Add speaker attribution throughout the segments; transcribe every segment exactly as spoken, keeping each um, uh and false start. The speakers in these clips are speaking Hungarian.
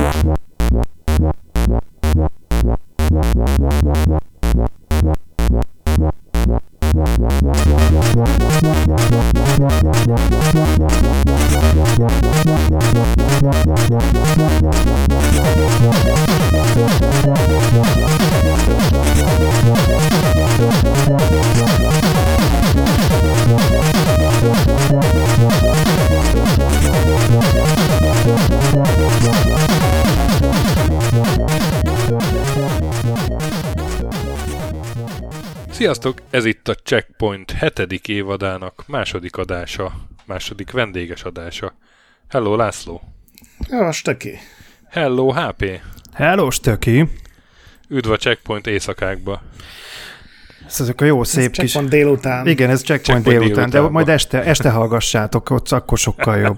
Speaker 1: Sziasztok! Ez itt a Checkpoint hetedik évadának második adása, második vendéges adása. Hello, László!
Speaker 2: Hello, Stöki!
Speaker 1: Hello, há pé!
Speaker 3: Hello, Stöki!
Speaker 1: Üdv a Checkpoint éjszakákba!
Speaker 3: Ez azok a jó szép
Speaker 2: ez
Speaker 3: kis...
Speaker 2: Checkpoint délután.
Speaker 3: Igen, ez Checkpoint, Checkpoint délután, délután, de majd este, este hallgassátok, ott akkor sokkal jobb.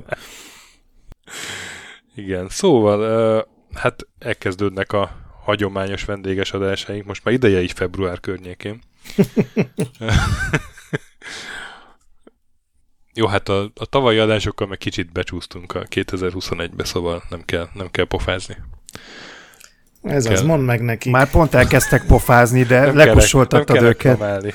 Speaker 1: Igen, szóval, uh, hát elkezdődnek a hagyományos vendéges adásaink, most már ideje így február környékén. Jó, hát a, a tavalyi adásokkal meg kicsit becsúsztunk a kétezer-huszonegybe, szóval nem kell, nem kell pofázni.
Speaker 2: Ez
Speaker 1: kell.
Speaker 2: Az, mondd meg neki.
Speaker 3: Már pont elkezdtek pofázni, de lekussoltattad őket.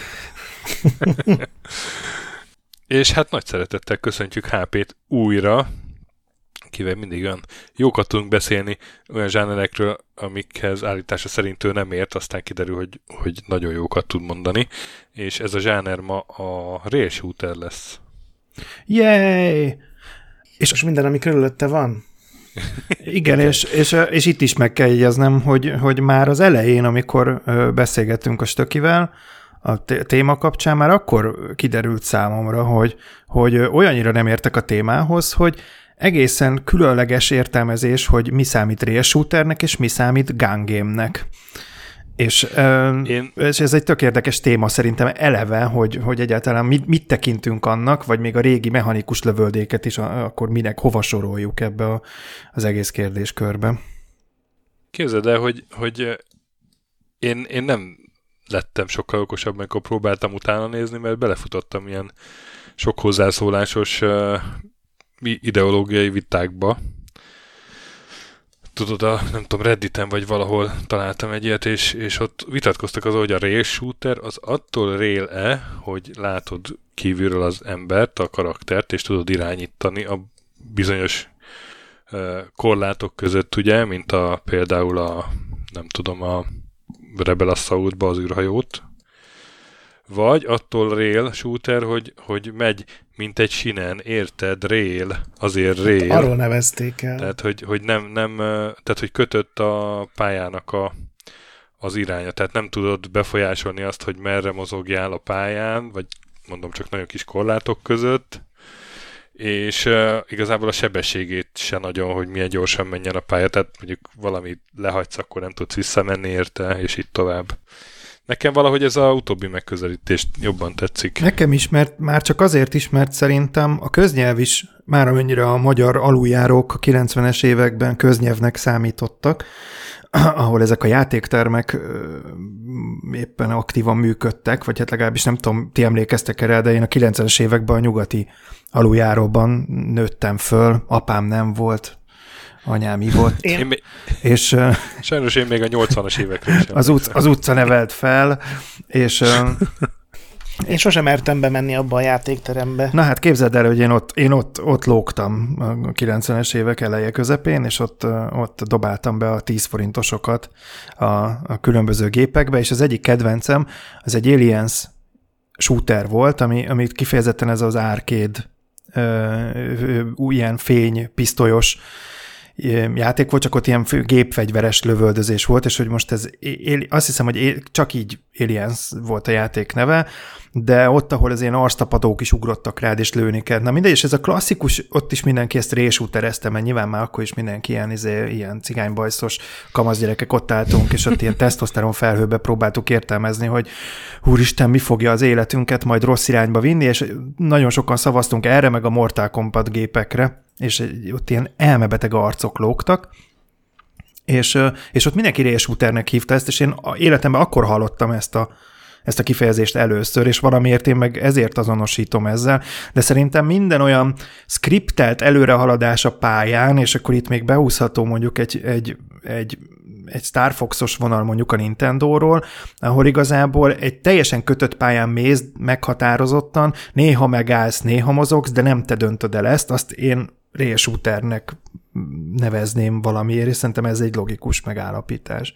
Speaker 1: És hát nagy szeretettel köszöntjük há pét újra, kivel mindig olyan jókat tudunk beszélni olyan zsánerekről, amikhez állítása szerint ő nem ért, aztán kiderül, hogy, hogy nagyon jókat tud mondani, és ez a zsáner ma a rail shooter lesz.
Speaker 3: Yay!
Speaker 2: És most minden, ami körülötte van?
Speaker 3: Igen, és, és, és itt is meg kell jegyeznem, hogy, hogy már az elején, amikor beszélgettünk a Stökivel, a téma kapcsán már akkor kiderült számomra, hogy, hogy olyannyira nem értek a témához, hogy egészen különleges értelmezés, hogy mi számít rail shooternek, és mi számít gun game-nek. És, Én... és ez egy tök érdekes téma szerintem eleve, hogy, hogy egyáltalán mit, mit tekintünk annak, vagy még a régi mechanikus lövöldéket is, akkor minek, hova soroljuk ebbe a, az egész kérdéskörbe.
Speaker 1: Képzeld el, hogy, hogy én, én nem lettem sokkal okosabb, amikor próbáltam utána nézni, mert belefutottam ilyen sok hozzászólásos ideológiai vitákba. Tudod, a, nem tudom, Redditen vagy valahol találtam egy ilyet, és, és ott vitatkoztak azon, hogy a rail shooter az attól rail-e, hogy látod kívülről az embert, a karaktert, és tudod irányítani a bizonyos uh, korlátok között, ugye, mint a, például a, nem tudom, a Rebel Assault-ba az űrhajót, vagy attól rail shooter, hogy, hogy megy, mint egy sinen, érted, rail, azért rail.
Speaker 2: Hát arról nevezték el.
Speaker 1: Tehát, hogy, hogy nem, nem, tehát, hogy kötött a pályának a, az iránya. Tehát nem tudod befolyásolni azt, hogy merre mozogjál a pályán, vagy mondom csak nagyon kis korlátok között, és uh, igazából a sebességét se nagyon, hogy milyen gyorsan menjen a pálya. Tehát mondjuk valamit lehagysz, akkor nem tudsz visszamenni érte, és így tovább. Nekem valahogy ez a utóbbi megközelítést jobban tetszik.
Speaker 3: Nekem is, mert már csak azért is, mert szerintem a köznyelv is, már amennyire a magyar aluljárók a kilencvenes években köznyelvnek számítottak, ahol ezek a játéktermek éppen aktívan működtek, vagy hát legalábbis nem tudom, ti emlékeztek erre, de én a kilencvenes években a nyugati aluljáróban nőttem föl, apám nem volt, anyám ivott.
Speaker 1: Én... Én még...
Speaker 3: és,
Speaker 1: Sajnos én még a nyolcvanas évekről sem.
Speaker 3: Az, utca, az utca nevelt fel, és...
Speaker 2: Én sosem mertem bemenni abba a játékterembe.
Speaker 3: Na hát képzeld el, hogy én ott, én ott, ott lógtam a kilencvenes évek eleje közepén, és ott, ott dobáltam be a tíz forintosokat a, a különböző gépekbe, és az egyik kedvencem, az egy Aliens shooter volt, ami, amit kifejezetten ez az arcade, ilyen fény, pisztolyos játék volt, csak ott ilyen gépfegyveres lövöldözés volt, és hogy most ez, azt hiszem, hogy csak így Aliens volt a játék neve, de ott, ahol az ilyen arctapadók is ugrottak rád, és lőni kellett. Na mindegy, és ez a klasszikus, ott is mindenki ezt rail shooterezte, mert nyilván már akkor is mindenki ilyen, izé, ilyen cigánybajszos kamaszgyerekek ott álltunk, és ott ilyen tesztoszteron felhőbe próbáltuk értelmezni, hogy úristen, mi fogja az életünket majd rossz irányba vinni, és nagyon sokan szavaztunk erre, meg a Mortal Kombat gépekre, és ott ilyen elmebeteg arcok lógtak, és, és ott mindenki rail shooternek hívta ezt, és én életemben akkor hallottam ezt a ezt a kifejezést először, és valamiért én meg ezért azonosítom ezzel, de szerintem minden olyan skriptelt előrehaladás a pályán, és akkor itt még beúszható mondjuk egy, egy, egy, egy Star Fox-os vonal mondjuk a Nintendóról, ahol igazából egy teljesen kötött pályán mész meghatározottan, néha megállsz, néha mozogsz, de nem te döntöd el ezt, azt én rail shooternek nevezném valamiért, és szerintem ez egy logikus megállapítás.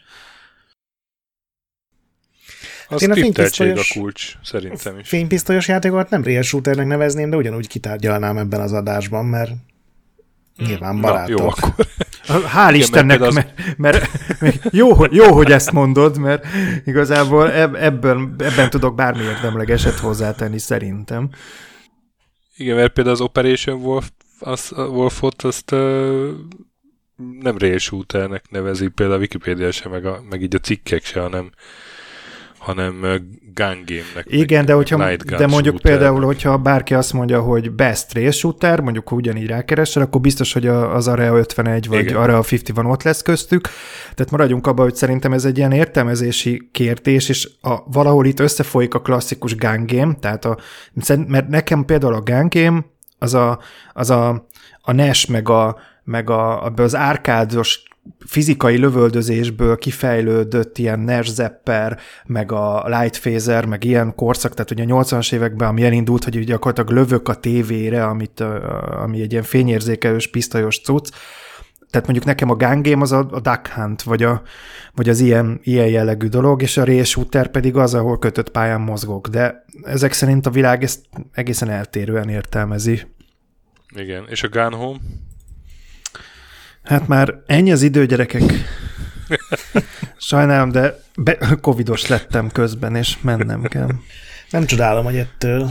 Speaker 1: A skripteltség a kulcs, szerintem is.
Speaker 2: Fénypisztolyos játékokat nem rail shooternek nevezném, de ugyanúgy kitárgyalnám ebben az adásban, mert nyilván barátok.
Speaker 1: Na, jó, akkor.
Speaker 3: Hál' Istennek, az... mert, mert, mert jó, jó, hogy ezt mondod, mert igazából ebben, ebben tudok bármi érdemlegeset hozzátenni szerintem.
Speaker 1: Igen, mert például az Operation Wolf, az, Wolfot azt uh, nem rail shooternek nevezik, például a Wikipédia se, meg, a, meg így a cikkek se, hanem hanem gun game-nek.
Speaker 3: Igen, de, hogyha, de mondjuk shooter. Például, hogyha bárki azt mondja, hogy best rail shooter, mondjuk ha ugyanígy rákeresel, akkor biztos, hogy az Area ötvenegy vagy igen. Area ötven ott lesz köztük. Tehát maradjunk abban, hogy szerintem ez egy ilyen értelmezési kérdés, és a, valahol itt összefolyik a klasszikus gun game, tehát a, mert nekem például a gun game az a, az a, a en e es meg, a, meg a, az árkádos fizikai lövöldözésből kifejlődött ilyen Nash Zapper, meg a Light Phaser, meg ilyen korszak, tehát ugye a nyolcvanas években, ami elindult, hogy gyakorlatilag lövök a tévére, amit, ami egy ilyen fényérzékelős, pisztolyos cucc. Tehát mondjuk nekem a gun game az a, a Duck Hunt, vagy, a, vagy az ilyen, ilyen jellegű dolog, és a rail shooter pedig az, ahol kötött pályán mozgok. De ezek szerint a világ ezt egészen eltérően értelmezi.
Speaker 1: Igen, és a Gun Home?
Speaker 3: Hát már ennyi az idő, gyerekek. Sajnálom, de be, covidos lettem közben, és mennem kell.
Speaker 2: Nem csodálom, hogy ettől.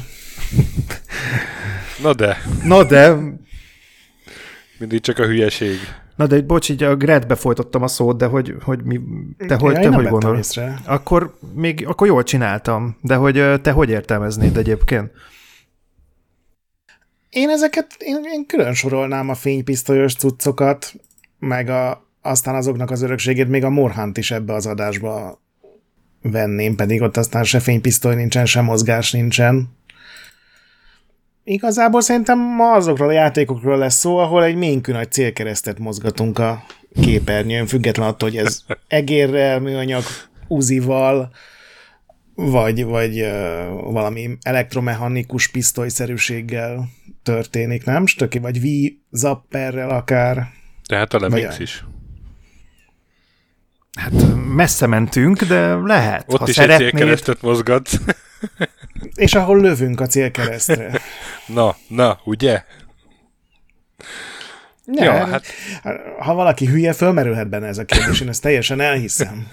Speaker 1: Na de.
Speaker 3: Na de.
Speaker 1: Mindig csak a hülyeség.
Speaker 3: Na de, bocs, így a Gretbe folytottam a szót, de hogy, hogy mi, te hogy, te hogy gondolod? Akkor még, akkor jól csináltam, de hogy te hogy értelmeznéd egyébként?
Speaker 2: Én ezeket, én, én külön sorolnám a fénypisztolyos cuccokat, meg a, aztán azoknak az örökségét, még a Morhant is ebbe az adásba venném, pedig ott aztán se fénypisztoly nincsen, se mozgás nincsen. Igazából szerintem ma azokról a játékokról lesz szó, ahol egy ménkű nagy célkeresztet mozgatunk a képernyőn, független attól, hogy ez egérrel, műanyag uzival, vagy, vagy uh, valami elektromechanikus pisztolyszerűséggel történik, nem? Stöki, vagy V-zapperrel akár.
Speaker 1: Tehát a Lemmings is.
Speaker 3: Hát messze mentünk, de lehet.
Speaker 1: Ott
Speaker 3: ha
Speaker 1: is
Speaker 3: szeretnéd...
Speaker 1: egy célkeresztet mozgatsz.
Speaker 2: És ahol lövünk a célkeresztre.
Speaker 1: Na, na, ugye?
Speaker 2: Ja, ja, hát... Ha valaki hülye, fölmerülhet benne ez a kérdés, én ezt teljesen elhiszem.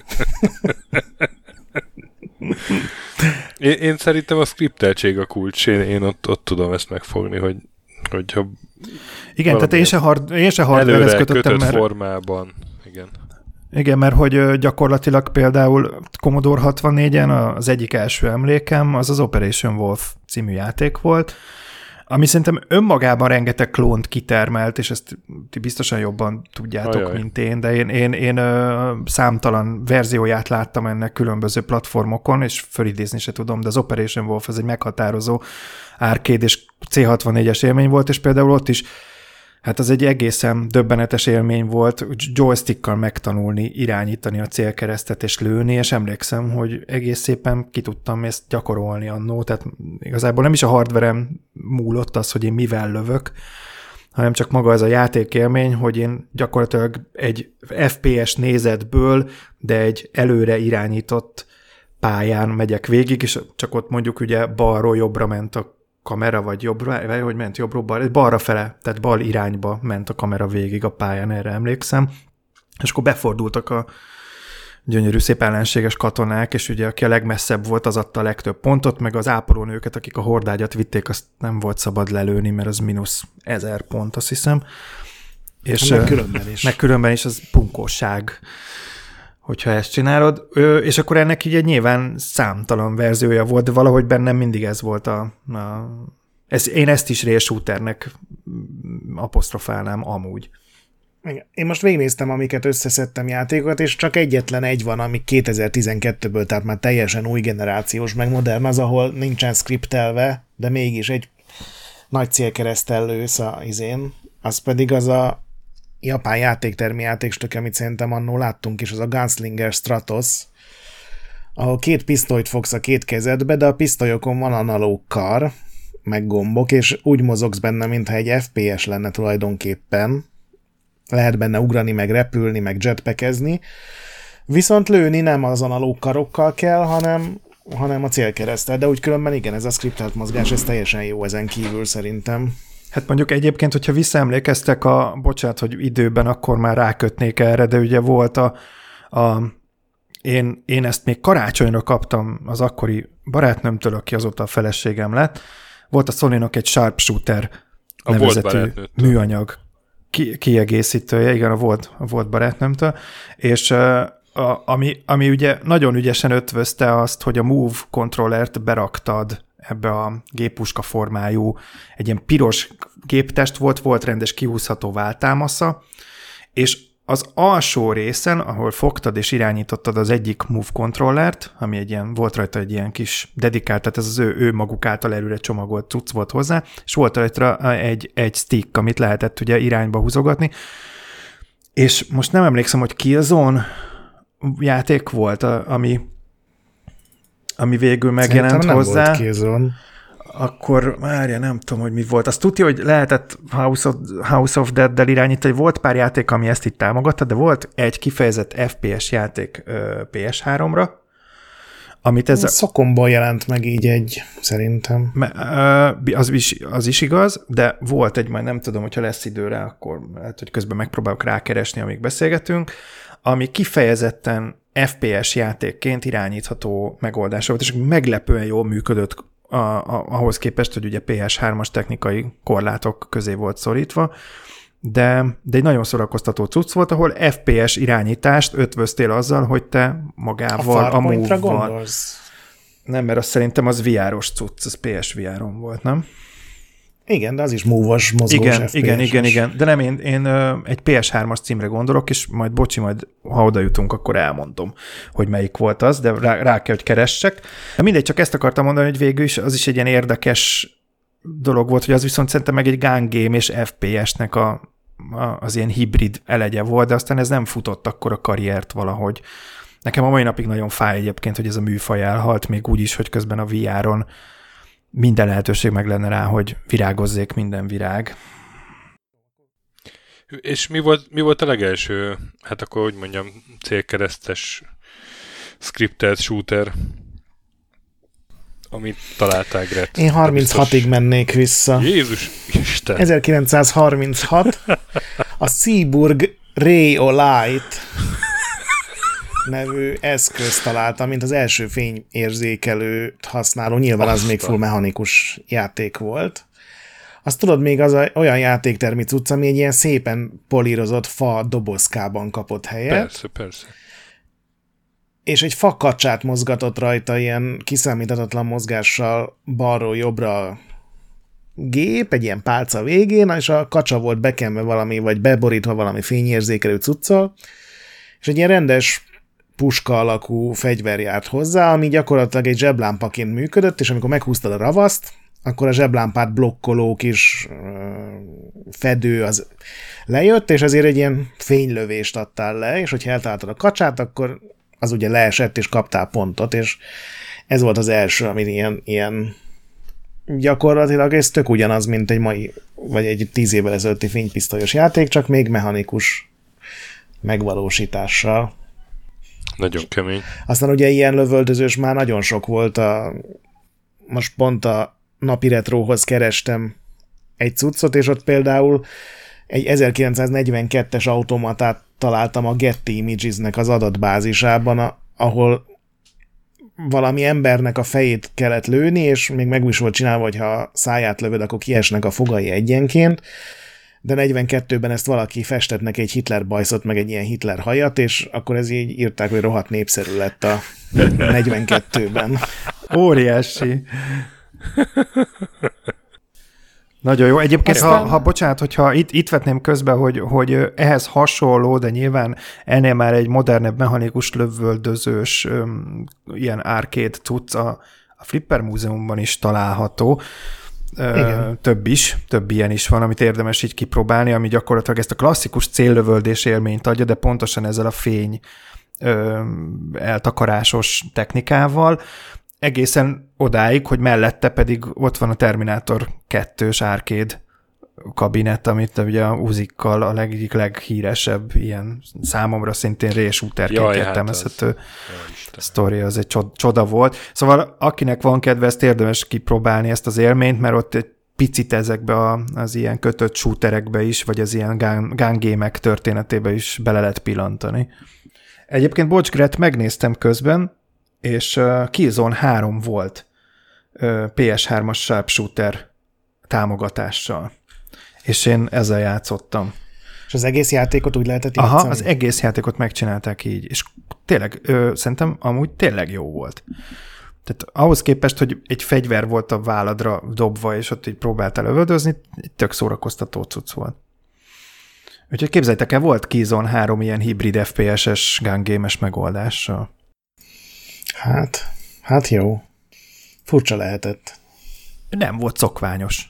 Speaker 1: Én, én szerintem a skripteltség a kulcs, én, én ott, ott tudom ezt megfogni, hogy hogyha
Speaker 3: igen, tehát én se, hard, én se hardware-hez kötöttem,
Speaker 1: kötött
Speaker 3: mert...
Speaker 1: formában, igen.
Speaker 3: Igen, mert hogy gyakorlatilag például Commodore hatvannégyen az egyik első emlékem az az Operation Wolf című játék volt, ami szerintem önmagában rengeteg klónt kitermelt, és ezt ti biztosan jobban tudjátok, Ajaj. mint én, de én, én, én ö, számtalan verzióját láttam ennek különböző platformokon, és fölidézni se tudom, de az Operation Wolf az egy meghatározó arcade és cé hatvannégyes élmény volt, és például ott is hát az egy egészen döbbenetes élmény volt joystickkal megtanulni, irányítani a célkeresztet és lőni, és emlékszem, hogy egész szépen ki tudtam ezt gyakorolni annó, tehát igazából nem is a hardverem múlott az, hogy én mivel lövök, hanem csak maga ez a játékélmény, hogy én gyakorlatilag egy ef pé es nézetből, de egy előre irányított pályán megyek végig, és csak ott mondjuk ugye balról jobbra ment a kamera, vagy jobbra, vagy hogy ment jobbra, balra, balra fele, tehát bal irányba ment a kamera végig a pályán, erre emlékszem. És akkor befordultak a gyönyörű, szép ellenséges katonák, és ugye aki a legmesszebb volt, az adta a legtöbb pontot, meg az ápolónőket, akik a hordágyat vitték, azt nem volt szabad lelőni, mert az mínusz ezer pont, azt hiszem. És
Speaker 2: meg különben is.
Speaker 3: Meg különben is az punkóság, hogyha ezt csinálod, és akkor ennek így egy nyilván számtalan verziója volt, de valahogy bennem mindig ez volt a... a ez, én ezt is rail shooternek apostrofálnám amúgy.
Speaker 2: Én most végignéztem, amiket összeszedtem játékokat, és csak egyetlen egy van, ami kétezer-tizenkettőből, tehát már teljesen új generációs, meg modern, az, ahol nincsen skriptelve, de mégis egy nagy célkereszttel lősz a izén, az pedig az a japán játéktermi játékstök, amit szerintem annól láttunk is, az a Gunslinger Stratos, ahol két pisztolyt fogsz a két kezedbe, de a pisztolyokon van analóg kar, meg gombok, és úgy mozogsz benne, mintha egy ef pé es lenne tulajdonképpen. Lehet benne ugrani, meg repülni, meg jetpackezni. Viszont lőni nem az analóg karokkal kell, hanem, hanem a célkereszttel. De úgy különben igen, ez a skriptelt mozgás, ez teljesen jó ezen kívül szerintem.
Speaker 3: Hát mondjuk egyébként, hogyha visszaemlékeztek a, bocsánat, hogy időben, akkor már rákötnék erre, de ugye volt a, a én, én ezt még karácsonyra kaptam az akkori barátnőmtől, aki azóta a feleségem lett. Volt a Sony-nak egy Sharpshooter a nevezetű műanyag ki, kiegészítője, igen, a volt, a volt barátnőmtől, és a, ami, ami ugye nagyon ügyesen ötvözte azt, hogy a Move kontrollert beraktad ebbe a géppuska formájú, egy ilyen piros géptest volt, volt rendes kihúzható váltámasza, és az alsó részen, ahol fogtad és irányítottad az egyik Move kontrollert, ami egy ilyen, volt rajta egy ilyen kis dedikált, tehát ez az ő, ő maguk által előre csomagolt cucc volt hozzá, és volt rajta egy, egy stick, amit lehetett ugye irányba húzogatni, és most nem emlékszem, hogy Killzone játék volt, ami, ami végül megjelent
Speaker 2: nem
Speaker 3: hozzá.
Speaker 2: Volt Killzone.
Speaker 3: Akkor várja, nem tudom, hogy mi volt. Azt tudja, hogy lehetett House of, House of Dead-del irányítani, volt pár játék, ami ezt itt támogatta, de volt egy kifejezett ef pé es játék ö, pé es háromra, amit ez...
Speaker 2: Szokomból jelent meg így egy, szerintem.
Speaker 3: Az is, az is igaz, de volt egy, majd nem tudom, hogyha lesz idő rá, akkor lehet, hogy közben megpróbálok rákeresni, amíg beszélgetünk, ami kifejezetten ef pé es játékként irányítható megoldás volt, és meglepően jól működött A, a, ahhoz képest, hogy ugye pé es hármas technikai korlátok közé volt szorítva, de, de egy nagyon szórakoztató cucc volt, ahol ef pé es irányítást ötvöztél azzal, hogy te magával, a, a Move-val. Nem, mert azt szerintem az vé er-os cucc, az pé es vé er-on volt, nem?
Speaker 2: Igen, de az is move-os, mozgós
Speaker 3: igen,
Speaker 2: ef pé es-es.
Speaker 3: Igen, igen, igen, de nem, én, én egy pé es hármas címre gondolok, és majd, bocsi, majd ha oda jutunk, akkor elmondom, hogy melyik volt az, de rá, rá kell, hogy keressek. De mindegy, csak ezt akartam mondani, hogy végül is az is egy ilyen érdekes dolog volt, hogy az viszont szerintem meg egy gun game és ef pé es-nek a, a, az ilyen hibrid elegye volt, de aztán ez nem futott akkor a karriert valahogy. Nekem a mai napig nagyon fáj egyébként, hogy ez a műfaj elhalt, még úgy is, hogy közben a vé er-on minden lehetőség meg lenne rá, hogy virágozzék minden virág.
Speaker 1: És mi volt, mi volt a legelső, hát akkor, hogy mondjam, célkeresztes scripted shooter, amit találtál, Gret?
Speaker 2: Én harminchatig mennék vissza.
Speaker 1: Jézus Isten!
Speaker 2: ezerkilencszázharminchat a Seaburg Rayolight nevű eszközt találtam, mint az első fényérzékelőt használó, nyilván az még full mechanikus játék volt. Azt tudod, még az a, olyan játéktermi cucc, ami egy ilyen szépen polírozott fa dobozkában kapott helyet.
Speaker 1: Persze, persze.
Speaker 2: És egy fakacsát mozgatott rajta ilyen kiszámíthatatlan mozgással balról jobbra gép, egy ilyen pálca végén, és a kacsa volt bekenve valami, vagy beborítva valami fényérzékelő cuccal, és egy ilyen rendes puska alakú fegyver járt hozzá, ami gyakorlatilag egy zseblámpaként működött, és amikor meghúztad a ravaszt, akkor a zseblámpát blokkoló kis uh, fedő az lejött, és ezért egy ilyen fénylövést adtál le, és hogyha eltaláltad a kacsát, akkor az ugye leesett, és kaptál pontot, és ez volt az első, ami ilyen, ilyen gyakorlatilag ez tök ugyanaz, mint egy mai, vagy egy tíz évvel ezelőtti fénypisztolyos játék, csak még mechanikus megvalósítással.
Speaker 1: Nagyon kemény.
Speaker 2: Aztán ugye ilyen lövöldözős már nagyon sok volt. A, most pont a napi retróhoz kerestem egy cuccot, és ott például egy ezerkilencszáznegyvenkettes automatát találtam a Getty Images-nek az adatbázisában, a, ahol valami embernek a fejét kellett lőni, és még meg is volt csinálva, hogy ha száját lövöd, akkor kiesnek a fogai egyenként, de negyvenkettőben ezt valaki festett neki egy Hitler bajszot, meg egy ilyen Hitler hajat, és akkor ez így írták, hogy rohadt népszerű lett a negyvenkettőben.
Speaker 3: Óriási. Nagyon jó. Egyébként,
Speaker 2: Aztán...
Speaker 3: ha, ha bocsánat, hogyha itt, itt vetném közbe, hogy, hogy ehhez hasonló, de nyilván ennél már egy modernebb mechanikus lövöldözős öm, ilyen arcade cucc a, a Flipper Múzeumban is található. Ö, több is, több ilyen is van, amit érdemes így kipróbálni, ami gyakorlatilag ezt a klasszikus céllövöldés élményt adja, de pontosan ezzel a fény ö, eltakarásos technikával, egészen odáig, hogy mellette pedig ott van a Terminator kettős arcade kabinet, amit ugye a Uzikkal a egyik leghíresebb ilyen számomra szintén rail-shooterként értelmezhető hát sztori, az egy csoda volt. Szóval akinek van kedve, ezt érdemes kipróbálni ezt az élményt, mert ott egy picit ezekbe az ilyen kötött shooterekbe is, vagy az ilyen gun, gun game-ek történetébe is bele lehet pillantani. Egyébként bocs, Gret, megnéztem közben, és uh, Killzone három volt uh, pé es hármas sharpshooter támogatással. És én ezzel játszottam.
Speaker 2: És az egész játékot úgy lehetett játszani?
Speaker 3: Aha, az egész játékot megcsinálták így, és tényleg, ö, szerintem amúgy tényleg jó volt. Tehát ahhoz képest, hogy egy fegyver volt a válladra dobva, és ott így próbáltál lövöldözni, tök szórakoztató cucc volt. Úgyhogy képzeljétek el, volt Killzone három ilyen hibrid ef pé es-es gun game-es megoldással.
Speaker 2: Hát, hát jó. Furcsa lehetett.
Speaker 3: Nem volt szokványos.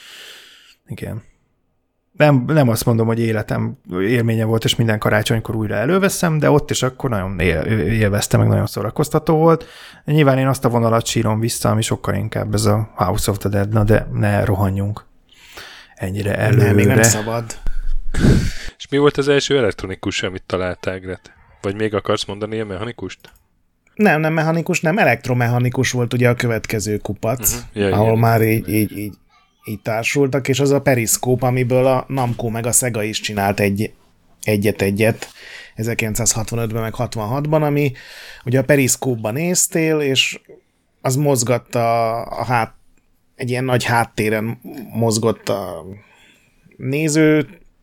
Speaker 3: Igen. Nem, nem azt mondom, hogy életem élménye volt, és minden karácsonykor újra előveszem, de ott is akkor nagyon él, élveztem, meg nagyon szórakoztató volt. Nyilván én azt a vonalat sírom vissza, ami sokkal inkább ez a House of the Dead, na de ne rohanjunk ennyire előre.
Speaker 2: Nem, még nem szabad.
Speaker 1: És mi volt az első elektronikus, amit találtál, Gret? Vagy még akarsz mondani ilyen mechanikust?
Speaker 2: Nem, nem mechanikus, nem elektromechanikus volt ugye a következő kupac, uh-huh. ja, ahol igen. már így, így, így, így társultak, és az a Periscope, amiből a Namco meg a Sega is csinált egy, egyet-egyet ezerkilencszázhatvanötben meg hatvanhatban, ami ugye a Periscope-ban néztél, és az mozgott a, a hát, egy ilyen nagy háttéren mozgott a néző,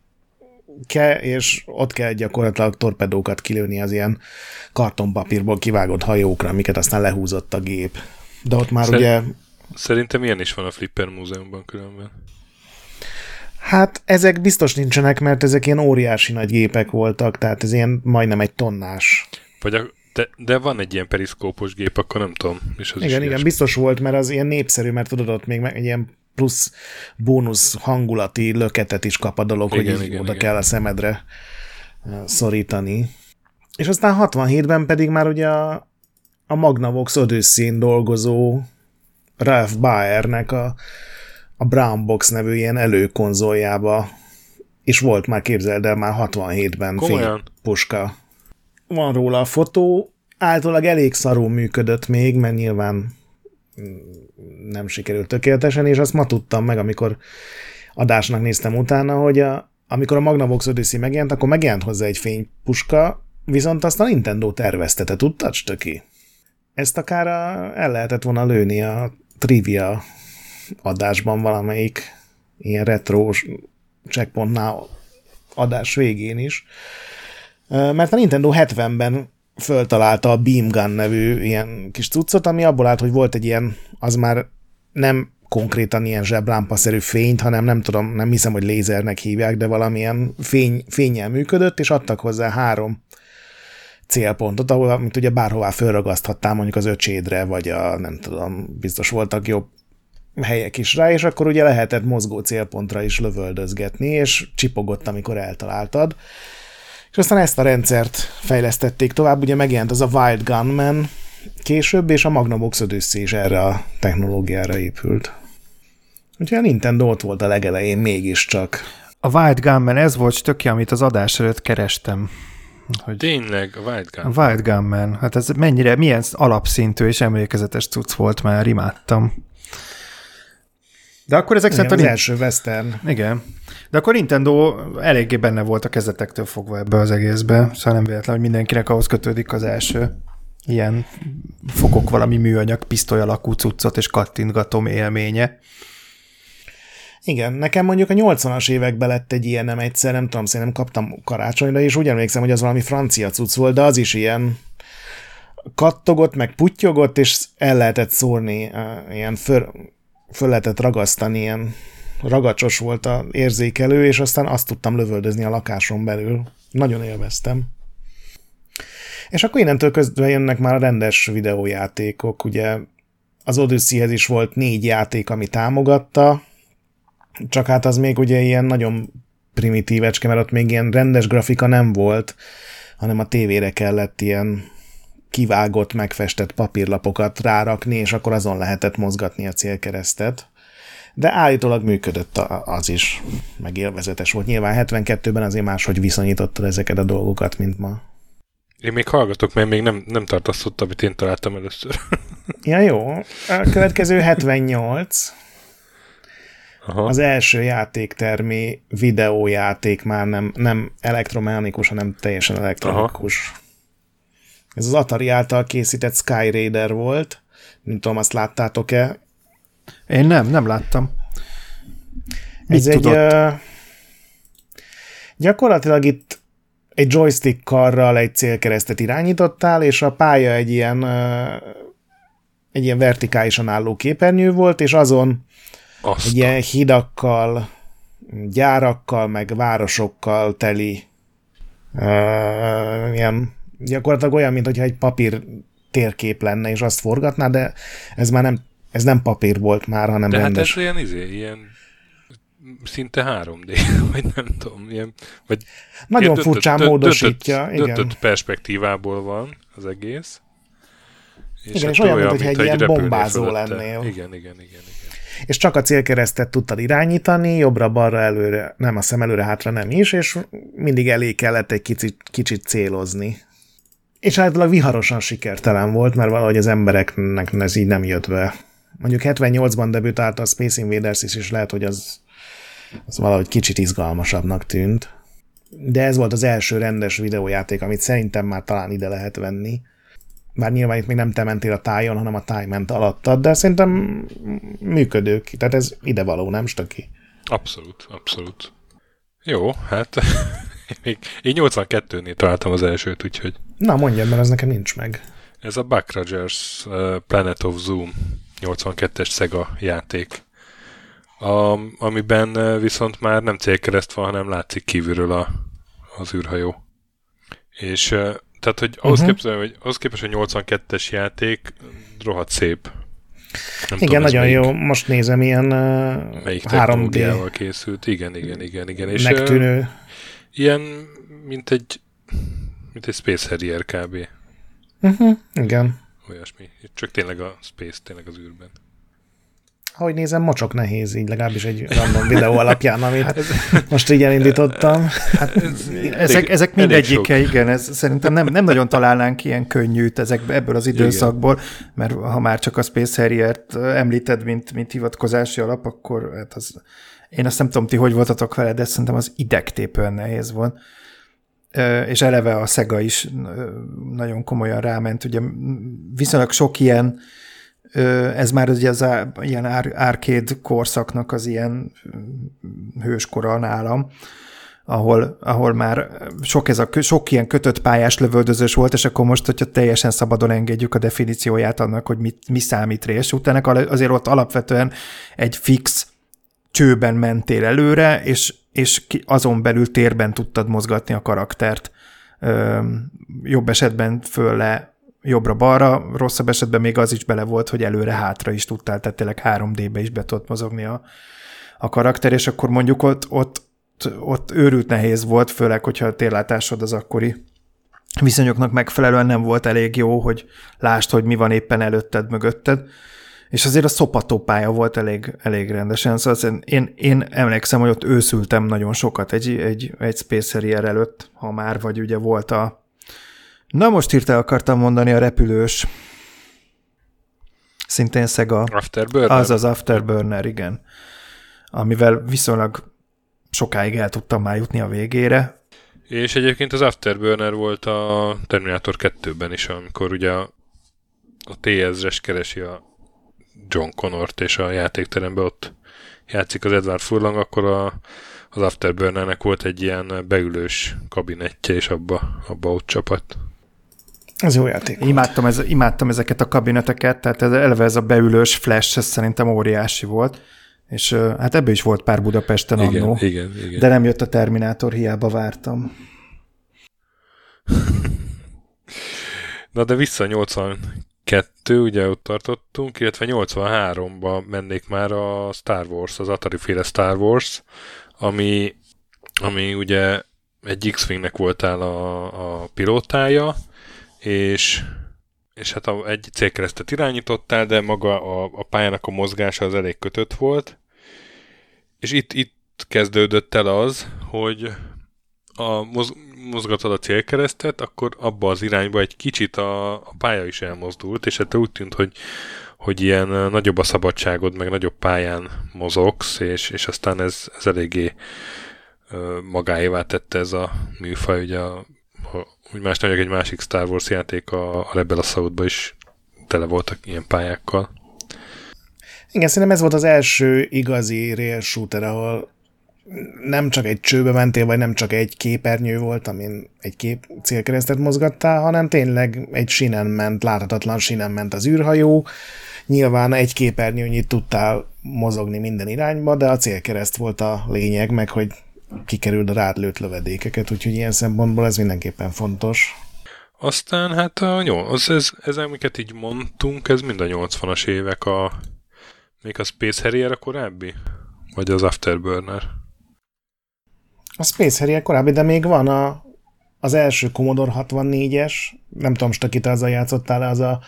Speaker 2: Ke, és ott kell gyakorlatilag torpedókat kilőni az ilyen kartonpapírból kivágott hajókra, amiket aztán lehúzott a gép. De ott már Szer- ugye...
Speaker 1: Szerintem ilyen is van a Flipper Múzeumban különben.
Speaker 2: Hát ezek biztos nincsenek, mert ezek ilyen óriási nagy gépek voltak, tehát ez ilyen majdnem egy tonnás.
Speaker 1: Vagy a, de, de van egy ilyen periszkópos gép, akkor nem tudom. És az
Speaker 2: igen, igen, biztos volt, mert az ilyen népszerű, mert tudod, ott még egy ilyen plusz bónusz hangulati löketet is kap a dolog, igen, hogy igen, oda igen. kell a szemedre szorítani. És aztán hatvanhétben pedig már ugye a, a Magnavox Odyssey-n dolgozó Ralph Baernek a, a Brown Box nevű ilyen előkonzoljába és volt már, képzeld el, már hatvanhétben fénypuska. Van róla a fotó, általában elég szarul működött még, mert nyilván nem sikerült tökéletesen, és azt ma tudtam meg, amikor adásnak néztem utána, hogy a, amikor a Magnavox Odyssey megjelent, akkor megjelent hozzá egy fénypuska, viszont azt a Nintendo tervezte, te tudtad, Stöki? Ezt akár a, el lehetett volna lőni a trivia adásban valamelyik ilyen retro checkpointnál adás végén is. Mert a Nintendo hetvenben föltalálta a Beam Gun nevű ilyen kis cuccot, ami abból állt, hogy volt egy ilyen, az már nem konkrétan ilyen zseblámpaszerű fényt, hanem nem tudom, nem hiszem, hogy lézernek hívják, de valamilyen fény, fénnyel működött, és adtak hozzá három célpontot, ahol amit ugye bárhová fölragaszthattál, mondjuk az öcsédre, vagy a nem tudom, biztos voltak jobb helyek is rá, és akkor ugye lehetett mozgó célpontra is lövöldözgetni, és csipogott, amikor eltaláltad. És aztán ezt a rendszert fejlesztették tovább, ugye megjelent az a Wild Gunman később, és a Magnavox Odyssey is erre a technológiára épült. Úgyhogy a Nintendo ott volt a legelején mégiscsak.
Speaker 3: A Wild Gunman, ez volt stöki, amit az adás előtt kerestem.
Speaker 1: Hogy tényleg, a Wild Gunman.
Speaker 3: A Wild Gunman. Hát ez mennyire, milyen alapszintű és emlékezetes cucc volt, már imádtam. De akkor ezek
Speaker 2: szerint az a első western.
Speaker 3: Igen. De akkor Nintendo eléggé benne volt a kezdetektől fogva ebbe az egészbe. Szóval nem véletlen, hogy mindenkinek ahhoz kötődik az első ilyen fogok valami műanyag pisztoly alakú cuccot és kattintgatom élménye.
Speaker 2: Igen, nekem mondjuk a nyolcvanas években lett egy ilyenem egyszer, nem tudom, szerintem kaptam karácsonyra, és úgy emlékszem, hogy az valami francia cucc volt, de az is ilyen kattogott, meg puttyogott, és el lehetett szórni, ilyen föl, föl lehetett ragasztani ilyen ragacsos volt az érzékelő, és aztán azt tudtam lövöldözni a lakáson belül. Nagyon élveztem. És akkor innentől közben jönnek már a rendes videójátékok, ugye az Odysseyhez is volt négy játék, ami támogatta, csak hát az még ugye ilyen nagyon primitívecske, mert ott még ilyen rendes grafika nem volt, hanem a tévére kellett ilyen kivágott, megfestett papírlapokat rárakni, és akkor azon lehetett mozgatni a célkeresztet. De állítólag működött az is, meg élvezetes volt. Nyilván hetvenkettőben azért máshogy viszonyítottad ezeket a dolgokat, mint ma.
Speaker 1: Én még hallgatok, mert még nem, nem tartasztott, amit én találtam először.
Speaker 2: Ja, jó. A következő hetvennyolc. Aha. Az első játéktermi videójáték már nem, nem elektromechanikus, hanem teljesen elektronikus. Aha. Ez az Atari által készített Sky Raider volt. Nem tudom, azt láttátok-e?
Speaker 3: Én nem, nem láttam.
Speaker 2: Mit Ez tudott? egy... Uh, gyakorlatilag itt egy joystick karral egy célkeresztet irányítottál, és a pálya egy ilyen, uh, egy ilyen vertikálisan álló képernyő volt, és azon Aztán. egy ilyen hidakkal, gyárakkal, meg városokkal teli uh, ilyen, gyakorlatilag olyan, mintha egy papír térkép lenne, és azt forgatná, de ez már nem, ez nem papír volt már, hanem
Speaker 1: de
Speaker 2: rendes.
Speaker 1: Hát ez ilyen, izé, ilyen szinte három dé, vagy nem tudom, ilyen, vagy
Speaker 2: nagyon
Speaker 1: ilyen
Speaker 2: furcsán
Speaker 1: döntött,
Speaker 2: módosítja.
Speaker 1: Döntött,
Speaker 2: igen.
Speaker 1: döntött perspektívából van az egész.
Speaker 2: És igen, és olyan, mint hogy egy ilyen bombázó lennél.
Speaker 1: Igen, igen, igen, igen.
Speaker 2: És csak a célkeresztet tudtad irányítani, jobbra-balra, előre, nem, azt hiszem előre-hátra nem is, és mindig elé kellett egy kicsit, kicsit célozni. És általában viharosan sikertelen volt, mert valahogy az embereknek ez így nem jött be. Mondjuk hetvennyolcban debütált a Space Invaders is, és lehet, hogy az, az valahogy kicsit izgalmasabbnak tűnt. De ez volt az első rendes videójáték, amit szerintem már talán ide lehet venni. Bár nyilván itt még nem te mentél a tájon, hanem a táj ment alattad, de szerintem működők. Tehát ez idevaló, nem stöki?
Speaker 1: Abszolút, abszolút. Jó, hát még én nyolcvankettőnél találtam az elsőt, úgyhogy...
Speaker 2: Na, mondjam, mert az nekem nincs meg.
Speaker 1: Ez a Buck Rogers uh, Planet of Zoom nyolcvankettes Sega játék, a, amiben uh, viszont már nem célkereszt van, hanem látszik kívülről a, az űrhajó. És uh, tehát, hogy ahhoz, uh-huh. képest, hogy ahhoz képest a nyolcvankettes játék rohadt szép. Nem
Speaker 2: igen,
Speaker 1: tudom,
Speaker 2: nagyon
Speaker 1: melyik,
Speaker 2: jó. Most nézem, ilyen uh,
Speaker 1: melyik
Speaker 2: három dé
Speaker 1: készült. Igen, igen, igen, igen. És
Speaker 2: megtűnő.
Speaker 1: Uh, ilyen, mint egy mint egy Space Harrier kb.
Speaker 2: Uh-huh, igen.
Speaker 1: Olyasmi. Csak tényleg a Space, tényleg az űrben.
Speaker 2: Ahogy nézem, mocsok nehéz, így legalábbis egy random videó alapján, amit hát ez, most így elindítottam.
Speaker 3: Hát ez, ezek, ezek mindegyike, igen, ez szerintem nem, nem nagyon találnánk ilyen könnyűt ezek, ebből az időszakból, igen. Mert ha már csak a Space Harrier-t említed, mint, mint hivatkozási alap, akkor hát az, én azt nem tudom, ti hogy voltatok vele, de szerintem az idegtépően nehéz volt. És eleve a Sega is nagyon komolyan ráment, ugye viszonylag sok ilyen, ez már ugye az ilyen arcade korszaknak az ilyen hőskora nálam, ahol, ahol már sok, ez a, sok ilyen kötött pályás lövöldözős volt, és akkor most, hogyha teljesen szabadon engedjük a definícióját annak, hogy mit, mi számít rés, utána azért ott alapvetően egy fix csőben mentél előre, és, és azon belül térben tudtad mozgatni a karaktert. Ö, jobb esetben föl le, jobbra-balra, rosszabb esetben még az is bele volt, hogy előre-hátra is tudtál, tehát tényleg három dé-be is be tudott mozogni a, a karakter, és akkor mondjuk ott, ott, ott őrült nehéz volt, főleg, hogyha a térlátásod az akkori viszonyoknak megfelelően nem volt elég jó, hogy lásd, hogy mi van éppen előtted, mögötted. És azért a szopatópálya volt elég, elég rendesen, szóval én, én emlékszem, hogy ott őszültem nagyon sokat egy, egy, egy Space Harrier előtt, ha már, vagy ugye volt a... Na most hirtelen akartam mondani a repülős, szintén Sega.
Speaker 1: Afterburner?
Speaker 3: Az az Afterburner, igen. Amivel viszonylag sokáig el tudtam már jutni a végére.
Speaker 1: És egyébként az Afterburner volt a Terminator kettőben is, amikor ugye a, a té ezres keresi a John Connort, és a játékteremben ott játszik az Edward Furlong, akkor a, az Afterburnernek volt egy ilyen beülős kabinettje, és abba, abba ott csapat.
Speaker 2: Ez jó játék.
Speaker 3: Imádtam, ez, imádtam ezeket a kabineteket, tehát ez, eleve ez a beülős flash, ez szerintem óriási volt. És hát ebből is volt pár Budapesten
Speaker 1: igen,
Speaker 3: annó.
Speaker 1: Igen, igen.
Speaker 3: De nem jött a Terminátor, hiába vártam.
Speaker 1: Na de vissza nyolcvankettő, ugye ott tartottunk, illetve nyolcvanháromba mennék már a Star Wars, az Atari-féle Star Wars, ami, ami ugye egy X-Wingnek voltál a, a pilótája, és, és hát a, egy célkeresztet irányítottál, de maga a, a pályának a mozgása az elég kötött volt, és itt, itt kezdődött el az, hogy a moz, mozgatod a célkeresztet, akkor abba az irányba egy kicsit a, a pálya is elmozdult, és hát úgy tűnt, hogy, hogy ilyen nagyobb a szabadságod, meg nagyobb pályán mozogsz, és, és aztán ez, ez eléggé ö, magáévá tette ez a műfaj, ugye a, a, úgy más nem, egy másik Star Wars játék, a, a Rebel Assault-ban is tele voltak ilyen pályákkal.
Speaker 2: Igen, szerintem ez volt az első igazi rail shooter, ahol nem csak egy csőbe mentél, vagy nem csak egy képernyő volt, amin egy kép célkeresztet mozgattál, hanem tényleg egy sinen ment, láthatatlan sinen ment az űrhajó. Nyilván egy képernyőnyit tudtál mozogni minden irányba, de a célkereszt volt a lényeg, meg hogy kikerüld a rád lőtt lövedékeket, úgyhogy ilyen szempontból ez mindenképpen fontos.
Speaker 1: Aztán hát a, jó, az, ez, ez, amiket így mondtunk, ez mind a nyolcvanas évek, a még a Space Harrier a korábbi? Vagy az Afterburner?
Speaker 2: A Space Harrier korábbi, de még van a, az első Commodore hatvannégyes, nem tudom, Stakita, azzal játszottál, az a...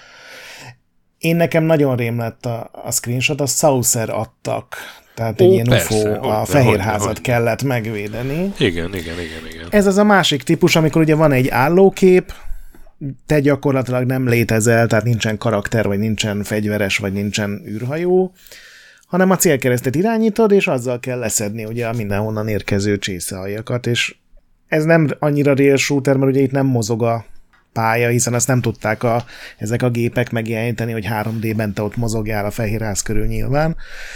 Speaker 2: Én nekem nagyon rém lett a, a screenshot, a Saucer adtak, tehát Ó, egy ilyen persze, U F O, a Fehérházat kellett megvédeni.
Speaker 1: Igen, igen, igen, igen.
Speaker 2: Ez az a másik típus, amikor ugye van egy állókép, te gyakorlatilag nem létezel, tehát nincsen karakter, vagy nincsen fegyveres, vagy nincsen űrhajó, hanem a célkeresztet irányítod, és azzal kell leszedni ugye a mindenhonnan érkező csészealjakat, és ez nem annyira rail shooter, mert ugye itt nem mozog a pálya, hiszen azt nem tudták a, ezek a gépek megjeleníteni, hogy három dében te ott mozogjál a Fehérház körül nyilván.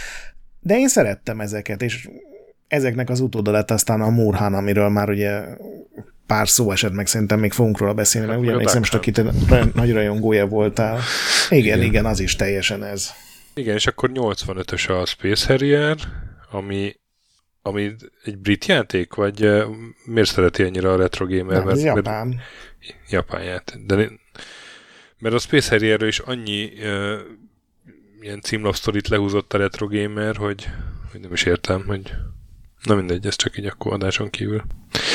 Speaker 2: De én szerettem ezeket, és ezeknek az utóda lett aztán a Murhan, amiről már ugye pár szó esett, meg szerintem még fogunk róla beszélni, mert ugye emlékszem, most akit nagy rajongója voltál. Igen, igen, igen, az is teljesen ez.
Speaker 1: Igen, és akkor nyolcvanötös a Space Harrier, ami, ami egy brit játék, vagy uh, miért szereti ennyire a retro gamer?
Speaker 2: Nem,
Speaker 1: mert,
Speaker 2: ez japán.
Speaker 1: Mert, japán játék. De, mert a Space Harrierről is annyi uh, ilyen címlapsztorit lehúzott a retro gamer, hogy, hogy nem is értem, hogy na mindegy, ez csak így akkor adáson kívül.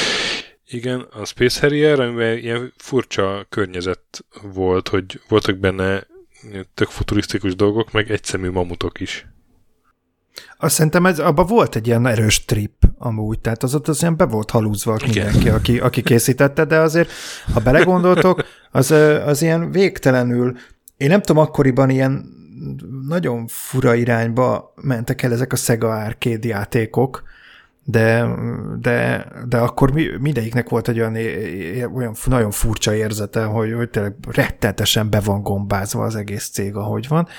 Speaker 1: Igen, a Space Harrier, amiben ilyen furcsa környezet volt, hogy voltak benne tök futurisztikus dolgok, meg egyszemű mamutok is.
Speaker 3: Azt szerintem ez, abban volt egy ilyen erős trip amúgy, tehát az ott az ilyen be volt halúzva mindenki, aki, aki készítette, de azért, ha belegondoltok, az, az ilyen végtelenül, én nem tudom, akkoriban ilyen nagyon fura irányba mentek el ezek a Sega Arcade játékok, de, de, de akkor mindegyiknek volt egy olyan, olyan nagyon furcsa érzete, hogy, hogy tényleg rettenetesen be van gombázva az egész cég, ahogy van.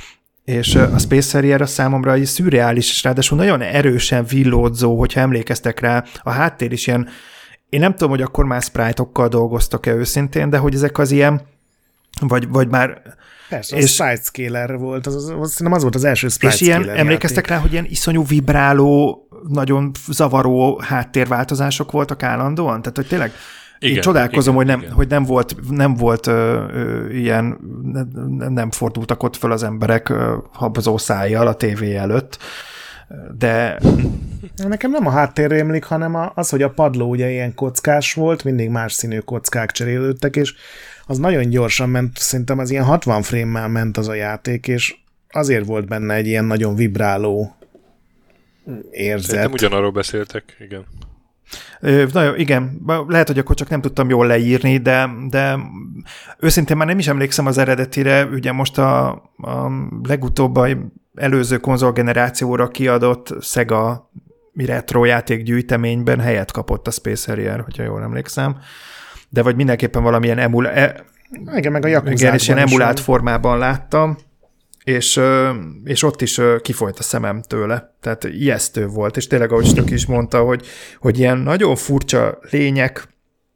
Speaker 3: És a Space Harrier a számomra egy szürreális, és ráadásul nagyon erősen villódzó, hogyha emlékeztek rá, a háttér is ilyen, én nem tudom, hogy akkor már sprite-okkal dolgoztak-e őszintén, de hogy ezek az ilyen, vagy, vagy már...
Speaker 2: Persze, és, a Sprite Scaler volt, az, az, az, az volt az első Sprite
Speaker 3: és ilyen,
Speaker 2: Scaler
Speaker 3: emlékeztek
Speaker 2: játék.
Speaker 3: rá, hogy ilyen iszonyú vibráló, nagyon zavaró háttérváltozások voltak állandóan? Tehát, hogy tényleg igen, én csodálkozom, igen, hogy, nem, hogy nem volt, nem volt ö, ö, ilyen, nem, nem fordultak ott fel az emberek ö, habzó szájjal a tévé előtt, de...
Speaker 2: Nekem nem a háttér rémlik, hanem az, hogy a padló ugye ilyen kockás volt, mindig más színű kockák cserélődtek, és az nagyon gyorsan ment, szerintem az ilyen hatvan frame-mel ment az a játék, és azért volt benne egy ilyen nagyon vibráló érzet.
Speaker 1: Szerintem ugyanarról beszéltek, igen.
Speaker 3: Ö, nagyon, igen, lehet, hogy akkor csak nem tudtam jól leírni, de, de őszintén már nem is emlékszem az eredetire, ugye most a, a legutóbb a előző konzolgenerációra kiadott Sega retro játék gyűjteményben helyet kapott a Space Harrier, hogyha jól emlékszem, de vagy mindenképpen valamilyen emul... E,
Speaker 2: igen, meg a Yakuzákban
Speaker 3: igen, és ilyen emulált formában láttam, és, és ott is kifolyt a szemem tőle. Tehát ijesztő volt, és tényleg, ahogy Stök is mondta, hogy, hogy ilyen nagyon furcsa lények,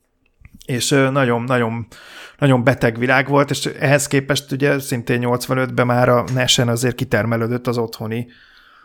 Speaker 3: és nagyon, nagyon, nagyon beteg világ volt, és ehhez képest ugye szintén nyolcvanötben már a nesen azért kitermelődött az otthoni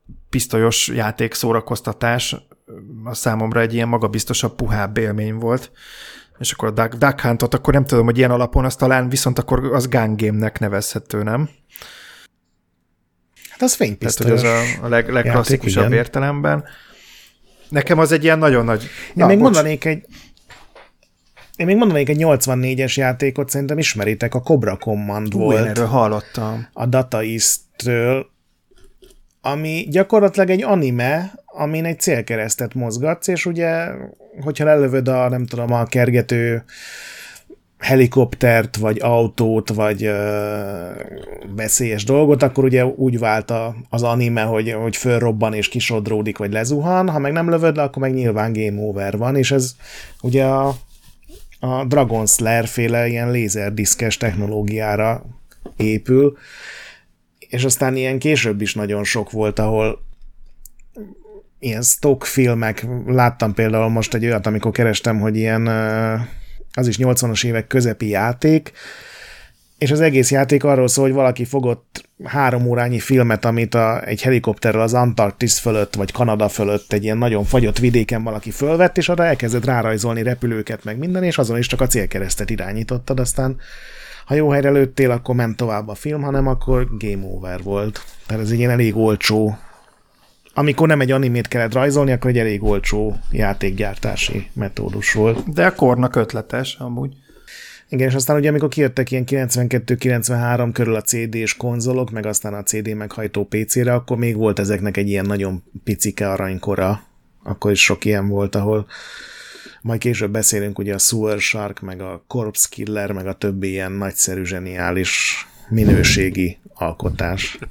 Speaker 3: pisztolyos játék szórakoztatás a számomra egy ilyen magabiztosabb, puhább élmény volt. És akkor a Duck, Duck Huntot, akkor nem tudom, hogy ilyen alapon az talán viszont akkor az gun game-nek nevezhető, nem?
Speaker 2: Hát az fénypisztolyos.
Speaker 3: Tehát, hogy az a, a leg, legklasszikusabb játék, értelemben. Nekem az egy ilyen nagyon nagy...
Speaker 2: Én Na, még bocs. mondanék egy Én még mondanék egy nyolcvannégyes játékot, szerintem ismeritek, a Cobra Command
Speaker 3: Ú,
Speaker 2: volt.
Speaker 3: Én erről hallottam.
Speaker 2: A Data East-ről, ami gyakorlatilag egy anime, amin egy célkeresztet mozgatsz, és ugye, hogyha lelövöd a, nem tudom, a kergető helikoptert, vagy autót, vagy ö, veszélyes dolgot, akkor ugye úgy vált a, az anime, hogy, hogy fölrobban és kisodródik, vagy lezuhan, ha meg nem lövöd le, akkor meg nyilván game over van, és ez ugye a, a Dragon Slayer féle ilyen lézerdiszkes technológiára épül, és aztán ilyen később is nagyon sok volt, ahol ilyen stock filmek, láttam például most egy olyat, amikor kerestem, hogy ilyen, az is nyolcvanas évek közepi játék, és az egész játék arról szól, hogy valaki fogott három órányi filmet, amit a, egy helikopterrel az Antarktisz fölött, vagy Kanada fölött egy ilyen nagyon fagyott vidéken valaki fölvett, és arra elkezdett rárajzolni repülőket, meg minden, és azon is csak a célkeresztet irányítottad, aztán ha jó helyre lőttél, akkor ment tovább a film, hanem akkor game over volt. Tehát ez egy ilyen elég olcsó, amikor nem egy animét kellett rajzolni, akkor egy elég olcsó játékgyártási metódus volt.
Speaker 3: De a kornak ötletes, amúgy.
Speaker 2: Igen, és aztán ugye amikor kijöttek ilyen kilencvenkettő kilencvenhárom körül a cé dés konzolok, meg aztán a cé dé meghajtó pé cére, akkor még volt ezeknek egy ilyen nagyon picike aranykora. Akkor is sok ilyen volt, ahol majd később beszélünk ugye a Sewer Shark, meg a Corpse Killer, meg a többi ilyen nagyszerű, zseniális minőségi alkotás.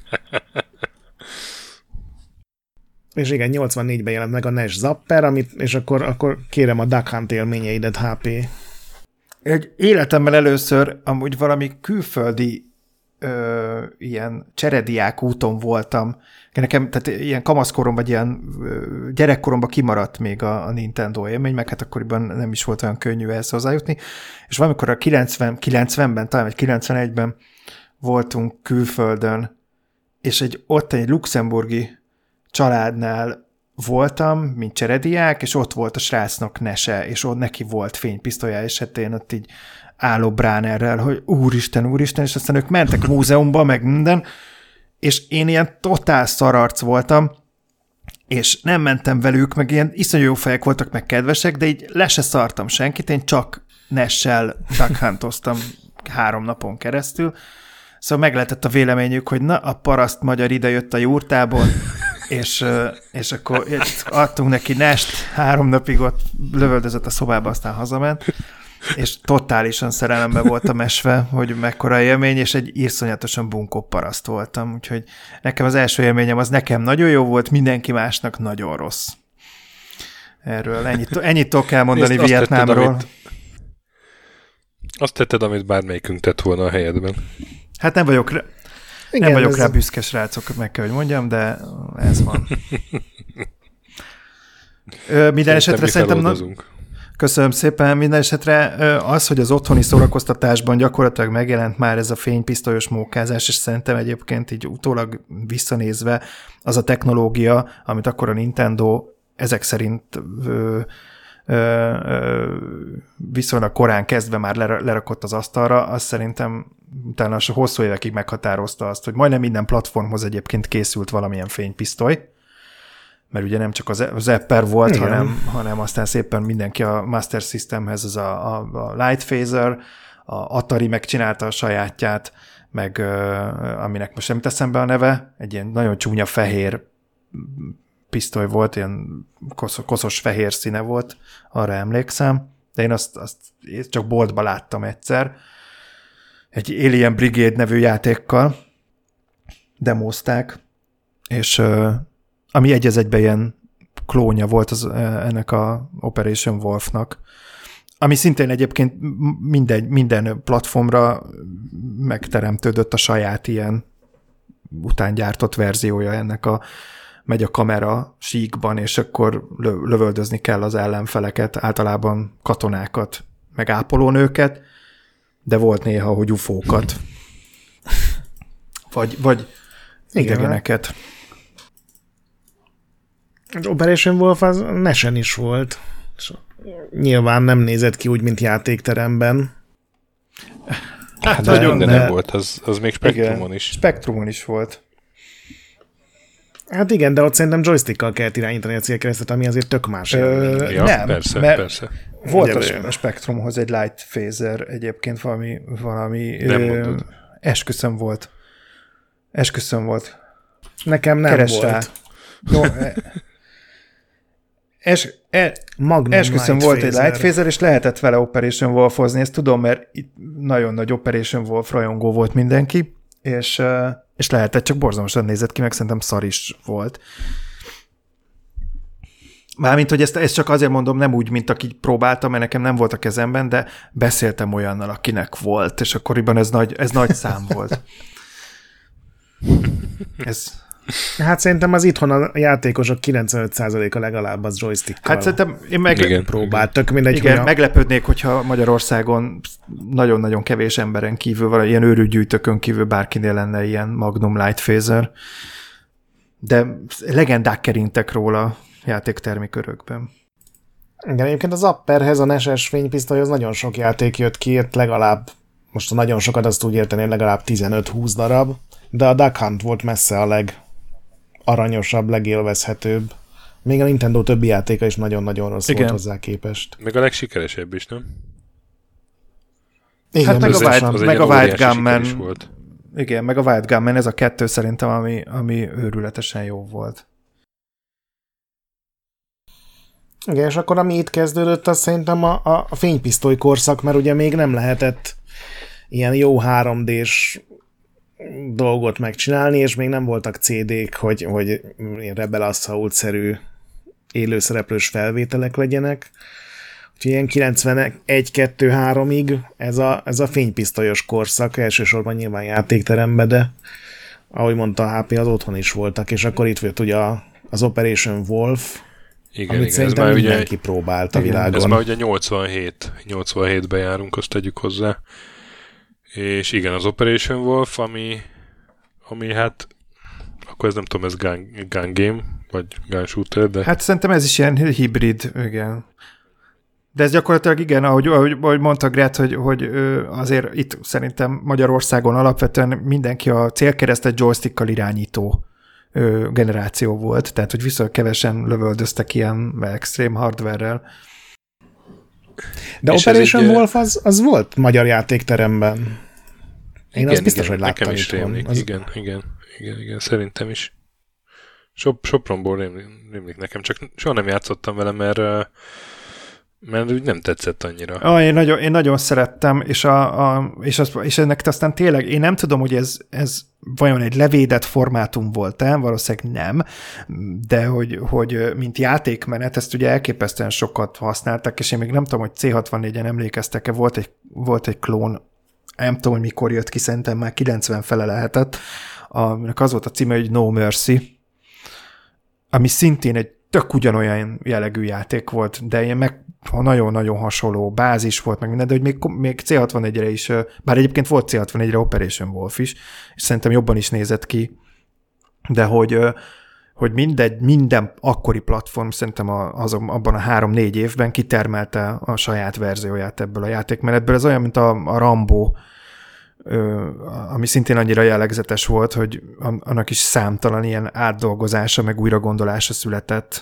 Speaker 2: És igen, nyolcvannégyben jelent meg a Nash Zapper, amit, és akkor, akkor kérem a Duck Hunt élményeidet, há pé.
Speaker 3: Egy életemben először amúgy valami külföldi ö, ilyen cserediák úton voltam. Nekem, tehát ilyen kamaszkoromban, vagy ilyen ö, gyerekkoromban kimaradt még a, a Nintendo élmény, meg hát akkoriban nem is volt olyan könnyű ehhez hozzájutni. És valamikor a kilencven, kilencvenben, talán vagy kilencvenegyben voltunk külföldön, és egy ott egy luxemburgi családnál voltam, mint cserediák, és ott volt a srácnak Nese, és ott neki volt fénypisztolya, és hát én ott így álló Bránerrel, hogy úristen, úristen, és aztán ők mentek a múzeumba, meg minden, és én ilyen totál szararc voltam, és nem mentem velük, meg ilyen iszonyú jó fejek voltak, meg kedvesek, de így le se szartam senkit, én csak Nessel Duck Huntoztam három napon keresztül, szóval meg lehetett a véleményük, hogy na, a paraszt magyar idejött a jurtából, és, és akkor adtunk neki Nest, három napig ott lövöldözött a szobába, aztán hazament, és totálisan szerelembe voltam esve, hogy mekkora élmény, és egy iszonyatosan bunkó paraszt voltam, úgyhogy nekem az első élményem az nekem nagyon jó volt, mindenki másnak nagyon rossz. Erről ennyit, ennyit tudok elmondani Nézd, Vietnámról.
Speaker 1: Azt tetted, amit, azt tetted, amit bármelyikünk tett volna a helyedben.
Speaker 3: Hát nem vagyok rá, Igen, nem vagyok rá a... büszke srácok, meg kell, hogy mondjam, de ez van. Ö, minden esetre szerintem... Na... Köszönöm szépen. Minden esetre az, hogy az otthoni szórakoztatásban gyakorlatilag megjelent már ez a fénypisztolyos mókázás, és szerintem egyébként így utólag visszanézve az a technológia, amit akkor a Nintendo ezek szerint ö, ö, ö, viszonylag korán kezdve már lerakott az asztalra, az szerintem utána hosszú évekig meghatározta azt, hogy majdnem minden platformhoz egyébként készült valamilyen fénypisztoly, mert ugye nem csak az, az Apple volt, hanem, hanem aztán szépen mindenki a Master Systemhez, az a, a, a Light Phaser, a Atari megcsinálta a sajátját, meg aminek most nem teszem be a neve, egy ilyen nagyon csúnya fehér pisztoly volt, ilyen koszos, koszos fehér színe volt, arra emlékszem, de én azt, azt csak boltba láttam egyszer, egy Alien Brigade nevű játékkal demozták, és ami egy az egyben ilyen klónja volt az, ennek a Operation Wolfnak, ami szintén egyébként minden, minden platformra megteremtődött a saját ilyen utángyártott verziója ennek a megy a kamera síkban, és akkor lövöldözni kell az ellenfeleket, általában katonákat, meg ápolónőket, de volt néha, hogy ufókat. Vagy, vagy idegeneket.
Speaker 2: Az Operation Wolf az nesen is volt. Nyilván nem nézett ki úgy, mint játékteremben.
Speaker 1: Hát de, nagyon de nem de... volt, az, az még Spectrumon igen, is.
Speaker 3: Spectrumon is volt.
Speaker 2: Hát igen, de ott szerintem joystickkal kell irányítani a célkeresztet, ami azért tök más.
Speaker 1: Ö, ja, nem, persze, persze.
Speaker 3: Volt a, a Spectrumhoz egy light phaser, egyébként valami, valami ö, esküszöm volt. Esküszöm volt.
Speaker 2: Nekem nem Keres volt.
Speaker 3: Jó, es, e, esküszöm volt phaser. Egy light phaser, és lehetett vele Operation Wolf-ozni, ezt tudom, mert itt nagyon nagy Operation Wolf rajongó volt mindenki, és, és lehetett, csak borzalmasan nézett ki, meg szerintem szar is volt. Mármint, hogy ezt, ezt csak azért mondom, nem úgy, mint aki próbáltam, mert nekem nem volt a kezemben, de beszéltem olyannal, akinek volt, és akkoriban ez nagy, ez nagy szám volt. Ez...
Speaker 2: Hát szerintem az itthon a játékosok kilencvenöt százaléka legalább az joystickkal.
Speaker 3: Hát szerintem én meg...
Speaker 2: igen, próbáltak, mindegy.
Speaker 3: Igen, meglepődnék, hogyha Magyarországon nagyon-nagyon kevés emberen kívül, vagy ilyen őrültgyűjtőkön kívül bárkinél lenne ilyen Magnum Light Phaser. De legendák kerintek róla játéktermi körökben.
Speaker 2: Igen, egyébként az Upperhez, a neses fénypisztolyhoz nagyon sok játék jött ki, legalább, most a nagyon sokat azt úgy érteni, legalább tizenöt-húsz darab, de a Duck Hunt volt messze a leg aranyosabb, legélvezhetőbb. Még a Nintendo többi játéka is nagyon-nagyon rossz igen. volt hozzá képest.
Speaker 1: Meg a legsikeresebb is, nem?
Speaker 3: Igen, hát meg a, Wild, meg a Wild Gunman. Igen, meg a Wild Gunman, ez a kettő szerintem, ami, ami őrületesen jó volt.
Speaker 2: Igen, és akkor ami itt kezdődött, az szerintem a, a, a fénypisztoly korszak, mert ugye még nem lehetett ilyen jó három dés dolgot megcsinálni, és még nem voltak cé dék, hogy, hogy Rebel Assault-szerű élőszereplős felvételek legyenek. Úgyhogy ilyen kilencvenegy kettő háromig ez a, ez a fénypisztolyos korszak, elsősorban nyilván játékteremben, de ahogy mondta a há pé, az otthon is voltak, és akkor itt volt ugye az Operation Wolf, igen, amit igen, szerintem ez mindenki ugye, próbált a világon.
Speaker 1: Ez már ugye nyolcvanhét, nyolcvanhétben járunk, azt tegyük hozzá. És igen, az Operation Wolf, ami, ami hát, akkor ez nem tudom, ez gun, gun game, vagy gun shooter, de...
Speaker 3: Hát szerintem ez is ilyen hibrid, igen. De ez gyakorlatilag igen, ahogy, ahogy, ahogy mondta Gret, hogy, hogy azért itt szerintem Magyarországon alapvetően mindenki a célkeresztet joystickkal irányító generáció volt, tehát hogy viszonylag kevesen lövöldöztek ilyen extrém hardware-rel.
Speaker 2: De és Operation egy, Wolf az, az volt magyar játékteremben. Én igen, azt biztos, igen, hogy láttam is.
Speaker 1: Rémlik. Az... Igen, igen, igen, igen, szerintem is. Sop, Sopronból rémlik, rémlik nekem, csak soha nem játszottam vele, mert mert úgy nem tetszett annyira.
Speaker 3: Ah, én, nagyon, én nagyon szerettem, és, a, a, és, az, és ennek aztán tényleg, én nem tudom, hogy ez, ez vajon egy levédett formátum volt-e, valószínűleg nem, de hogy, hogy mint játékmenet, ezt ugye elképesztően sokat használtak, és én még nem tudom, hogy cé hatvannégyen emlékeztek-e, volt egy, volt egy klón, nem tudom, hogy mikor jött ki, szerintem már kilencven fele lehetett, aminek az volt a címe, hogy No Mercy, ami szintén egy tök ugyanolyan jellegű játék volt, de ilyen meg nagyon-nagyon hasonló bázis volt, meg minden, de hogy még, még cé hatvannegyre is, bár egyébként volt cé hatvannegyre Operation Wolf is, és szerintem jobban is nézett ki, de hogy, hogy mindegy, minden akkori platform szerintem az, abban a három-négy évben kitermelte a saját verzióját ebből a játékmenetből. Ez olyan, mint a, a Rambo, ami szintén annyira jellegzetes volt, hogy annak is számtalan ilyen átdolgozása, meg újragondolása született.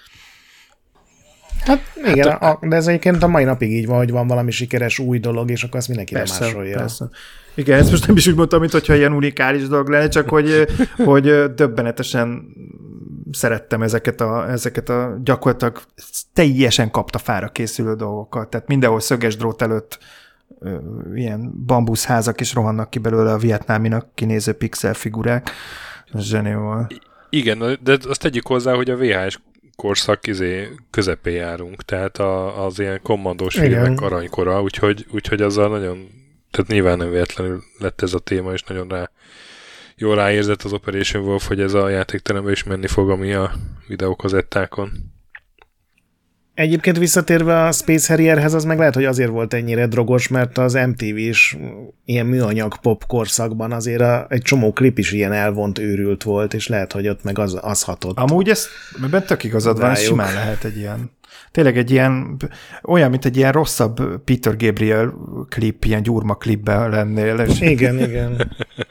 Speaker 2: Hát igen, hát a, a, de ez egyébként a mai napig így van, hogy van valami sikeres új dolog, és akkor azt mindenki persze, másolja. Persze.
Speaker 3: Igen, ezt most nem is úgy mondtam, mint hogyha ilyen unikális dolog lenne, csak hogy, hogy döbbenetesen szerettem ezeket a, ezeket a gyakorlatilag teljesen kapta fára készülő dolgokat. Tehát mindenhol szöges drót előtt ilyen bambuszházak is rohannak ki belőle a vietnáminak kinéző pixel figurák. Ez zsenival.
Speaker 1: Igen, de azt tegyük hozzá, hogy a vé há es korszak izé közepén járunk, tehát a, az ilyen kommandós filmek aranykora, úgyhogy, úgyhogy azzal nagyon, tehát nyilván nem véletlenül lett ez a téma, és nagyon rá, jól ráérzett az Operation Wolf, hogy ez a játékteremben is menni fog, ami a videókazettákon.
Speaker 2: Egyébként visszatérve a Space Harrierhez, az meg lehet, hogy azért volt ennyire drogos, mert az em té vé is ilyen műanyag pop korszakban azért a, egy csomó klip is ilyen elvont őrült volt, és lehet, hogy ott meg az, az hatott.
Speaker 3: Amúgy ez, ebben tök igazad van, ez simán lehet egy ilyen, tényleg egy ilyen, olyan, mint egy ilyen rosszabb Peter Gabriel klip, ilyen gyurma klipben lennél. És
Speaker 2: igen, igen.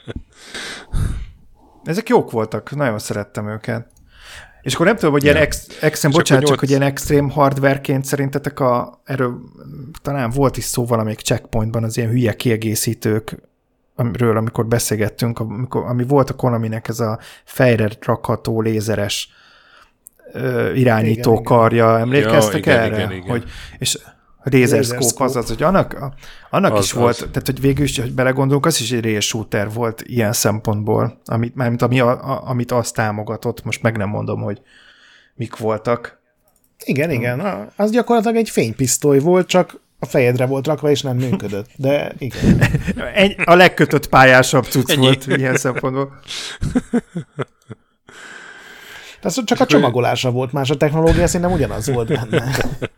Speaker 3: Ezek jók voltak, nagyon szerettem őket. És akkor nem tudom, hogy ilyen, ex, extrém, bocsánat, csak, nyolc... hogy ilyen extrém hardwareként szerintetek a, erről talán volt is szó valamelyik checkpointban az ilyen hülye kiegészítők, amiről amikor beszélgettünk, amikor, ami volt a Konaminek ez a fejre rakható lézeres ö, irányító igen, karja, igen. Emlékeztek ja, igen, erre?
Speaker 1: Igen, igen.
Speaker 3: Hogy, és lézerszkóp az az, hogy annak, annak az, is az. Volt, tehát hogy végül is, hogy belegondolunk, az is egy rail shooter volt ilyen szempontból, amit, mármint ami, a, amit azt támogatott, most meg nem mondom, hogy mik voltak.
Speaker 2: Igen, igen, az gyakorlatilag egy fénypisztoly volt, csak a fejedre volt rakva, és nem működött, de igen.
Speaker 3: A legkötött pályásabb cucc volt ilyen szempontból.
Speaker 2: Tehát csak a csomagolása volt más, a technológia szerintem ugyanaz volt benne.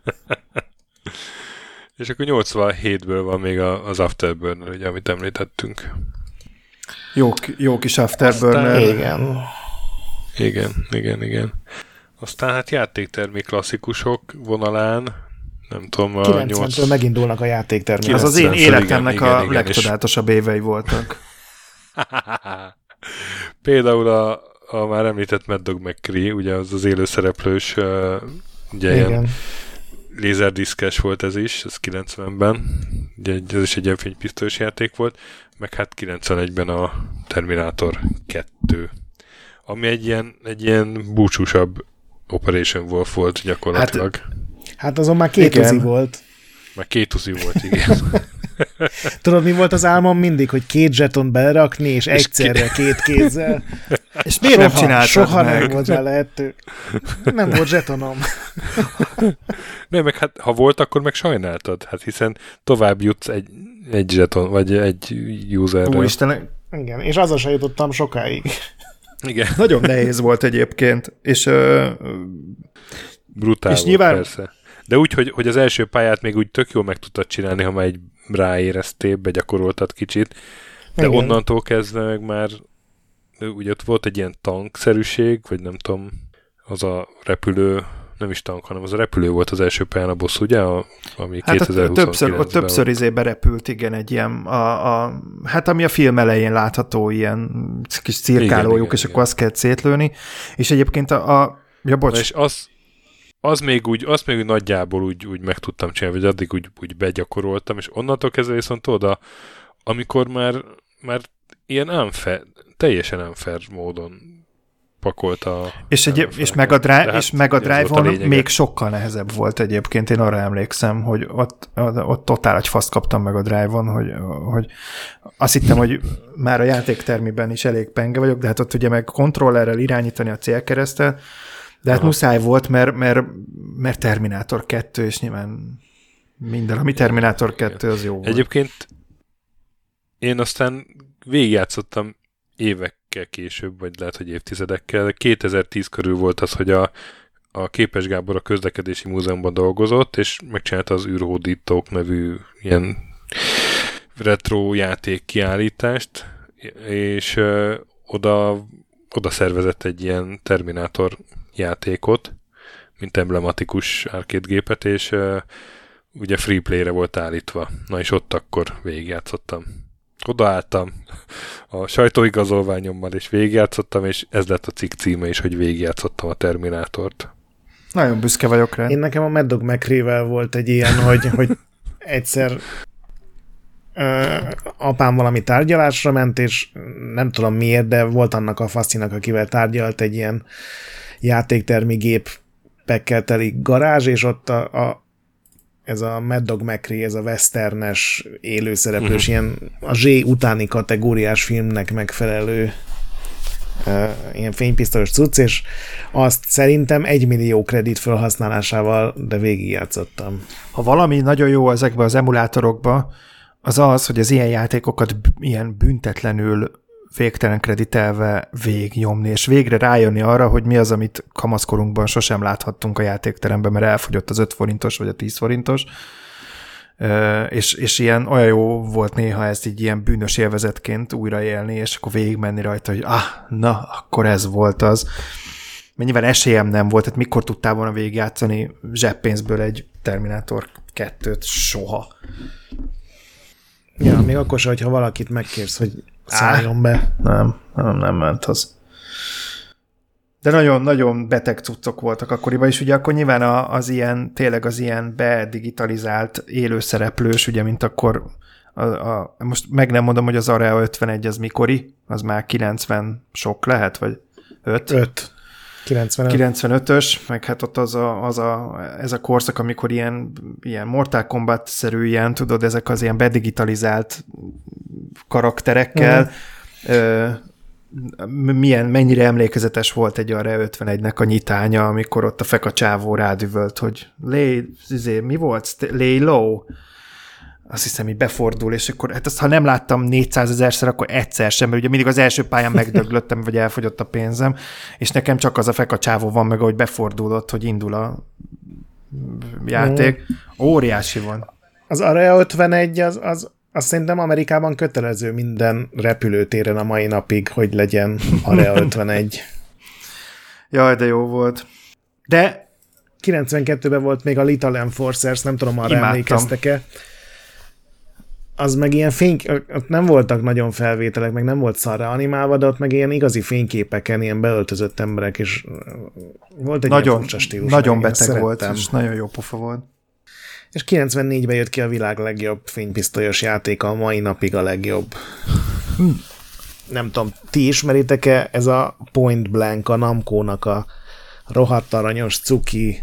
Speaker 1: És akkor nyolcvanhétből van még az Afterburner, ugye, amit említettünk.
Speaker 3: Jó, jó kis Afterburner.
Speaker 2: Igen.
Speaker 1: Igen, igen, igen. Aztán hát játéktermi klasszikusok vonalán, nem tudom, a
Speaker 2: kilencventől
Speaker 1: nyolc...
Speaker 2: megindulnak a játéktermi.
Speaker 3: Az az én életemnek igen, a igen, legcsodálatosabb és... évei voltak.
Speaker 1: Például a, a már említett Mad Dog McCree, ugye az az élőszereplős, uh, ugye igen. Ilyen lézerdiszkes volt ez is, ez kilencvenben, ugye ez is egy ilyen fénypisztolyos játék volt, meg hát kilencvenegyben a Terminator kettő, ami egy ilyen, egy ilyen búcsúsabb Operation Wolf volt gyakorlatilag.
Speaker 2: Hát, hát azon már két uzi volt.
Speaker 1: Már két uzi volt, igen.
Speaker 2: Tudod, mi volt az álmom mindig, hogy két zseton belerakni, és, és egyszerre két kézzel.
Speaker 3: És miért soha, nem csináltad
Speaker 2: soha
Speaker 3: meg?
Speaker 2: nem volt rá lehető. Nem volt zsetonom.
Speaker 1: Nem, meg hát ha volt, akkor meg sajnáltad. Hát hiszen tovább jutsz egy, egy zseton, vagy egy userrel.
Speaker 3: Úristen.
Speaker 2: Igen, és azon sem jutottam sokáig.
Speaker 1: Igen.
Speaker 3: Nagyon nehéz volt egyébként, és uh,
Speaker 1: brutál és volt, nyilván... persze. De úgy, hogy, hogy az első pályát még úgy tök jól meg tudtad csinálni, ha már egy ráéreztél, begyakoroltad kicsit, de igen. Onnantól kezdve meg már ugye ott volt egy ilyen tankszerűség, vagy nem tudom, az a repülő, nem is tank, hanem az a repülő volt az első pályán a boss, ugye? A, ami
Speaker 3: hát kétezer-huszonkilencben többször, ott többször izébe repült, igen, egy ilyen, a, a, hát ami a film elején látható ilyen kis cirkálójuk, igen, és igen, akkor igen. Azt kell szétlőni, és egyébként a, a ja, bocs.
Speaker 1: És az Az még úgy, azt még úgy nagyjából úgy, úgy meg tudtam csinálni, vagy addig úgy, úgy begyakoroltam, és onnantól kezdve viszont oda, amikor már, már ilyen unfair, teljesen unfair módon pakolta a...
Speaker 3: És, egy, és Mega Drive, hát és Mega Drive-on még sokkal nehezebb volt egyébként, én arra emlékszem, hogy ott, ott totál egy faszt kaptam Mega Drive-on, hogy, hogy azt hittem, hogy már a játéktermiben is elég penge vagyok, de hát ott ugye meg kontrollerrel irányítani a célkeresztet, de hát aha. Muszáj volt, mert, mert, mert Terminátor kettő, és nyilván minden, ami Terminátor kettő, az jó volt.
Speaker 1: Egyébként én aztán végigjátszottam évekkel később, vagy lehet, hogy évtizedekkel, de kétezer-tíz körül volt az, hogy a, a Képes Gábor a Közlekedési Múzeumban dolgozott, és megcsinálta az űrhódítók nevű ilyen retro játék kiállítást, és ö, oda, oda szervezett egy ilyen Terminátor játékot, mint emblematikus arcade gépet, és uh, ugye free play-re volt állítva. Na és ott akkor végigjátszottam. Odaálltam a sajtóigazolványommal, és végigjátszottam, és ez lett a cikk címe is, hogy végigjátszottam a Terminátort.
Speaker 3: Nagyon büszke vagyok rá.
Speaker 2: Én nekem a Mad Dog McCree-vel volt egy ilyen, hogy, hogy egyszer ö, apám valami tárgyalásra ment, és nem tudom miért, de volt annak a faszinak, akivel tárgyalt, egy ilyen játéktermi gépekkel teli garázs, és ott a, a, ez a Mad Dog McCree, ez a westernes élőszereplős, uh-huh. ilyen a Z utáni kategóriás filmnek megfelelő uh, ilyen fénypisztolyos cucc, és azt szerintem egy millió kredit felhasználásával, de végigjátszottam.
Speaker 3: Ha valami nagyon jó ezekben az emulátorokban, az az, hogy az ilyen játékokat b- ilyen büntetlenül végtelen kreditelve végignyomni, és végre rájönni arra, hogy mi az, amit kamaszkorunkban sosem láthattunk a játékteremben, mert elfogyott az öt forintos vagy a tíz forintos, és, és ilyen olyan jó volt néha ezt így ilyen bűnös élvezetként újraélni, és akkor végigmenni rajta, hogy ah, na, akkor ez volt az. Mert nyilván esélyem nem volt, tehát mikor tudtál volna végigjátszani zseppénzből egy Terminátor kettőt? Soha.
Speaker 2: Ja, még akkor sem, hogyha valakit megkérsz, hogy szálljon be.
Speaker 3: Nem, nem, nem ment az. De nagyon-nagyon beteg cuccok voltak akkoriban, és ugye akkor nyilván az ilyen, tényleg az ilyen bedigitalizált élőszereplős, ugye, mint akkor a, a, most meg nem mondom, hogy az Area ötvenegy az mikori, az már kilencven sok lehet, vagy öt?
Speaker 2: öt. kilencvenöt.
Speaker 3: kilencvenötös, meg hát ott az a, az a, ez a korszak, amikor ilyen, ilyen Mortal Kombat-szerű ilyen, tudod, ezek az ilyen bedigitalizált karakterekkel, uh-huh. ö, milyen, mennyire emlékezetes volt egy Area ötvenegynek a nyitánya, amikor ott a fekacsávó rádüvölt, hogy lay, izé, mi volt? Lay low. Azt hiszem, így befordul, és akkor hát azt, ha nem láttam négyszázezerszer, akkor egyszer sem, mert ugye mindig az első pályán megdöglöttem, vagy elfogyott a pénzem, és nekem csak az a fekacsávó van meg, ahogy befordulott, hogy indul a játék. Óriási van.
Speaker 2: Az Area ötvenegy, az, az, az szerintem Amerikában kötelező minden repülőtéren a mai napig, hogy legyen Area ötvenegy.
Speaker 3: Jaj, de jó volt. De
Speaker 2: kilencvenkettőben volt még a Little Enforcers, nem tudom, arra
Speaker 3: imádtam.
Speaker 2: Emlékeztek-e. Az meg ilyen fény, ott nem voltak nagyon felvételek, meg nem volt szarra animálva, de ott meg ilyen igazi fényképeken ilyen beöltözött emberek, és volt egy
Speaker 3: nagyon,
Speaker 2: ilyen furcsa stílus.
Speaker 3: nagyon beteg volt, és nagyon jó pofa volt.
Speaker 2: És kilencvennégyben jött ki a világ legjobb fénypisztolyos játéka, a mai napig a legjobb. Hm. Nem tudom, ti ismeritek-e, ez a Point Blank, a Namco-nak a rohadt aranyos, cuki,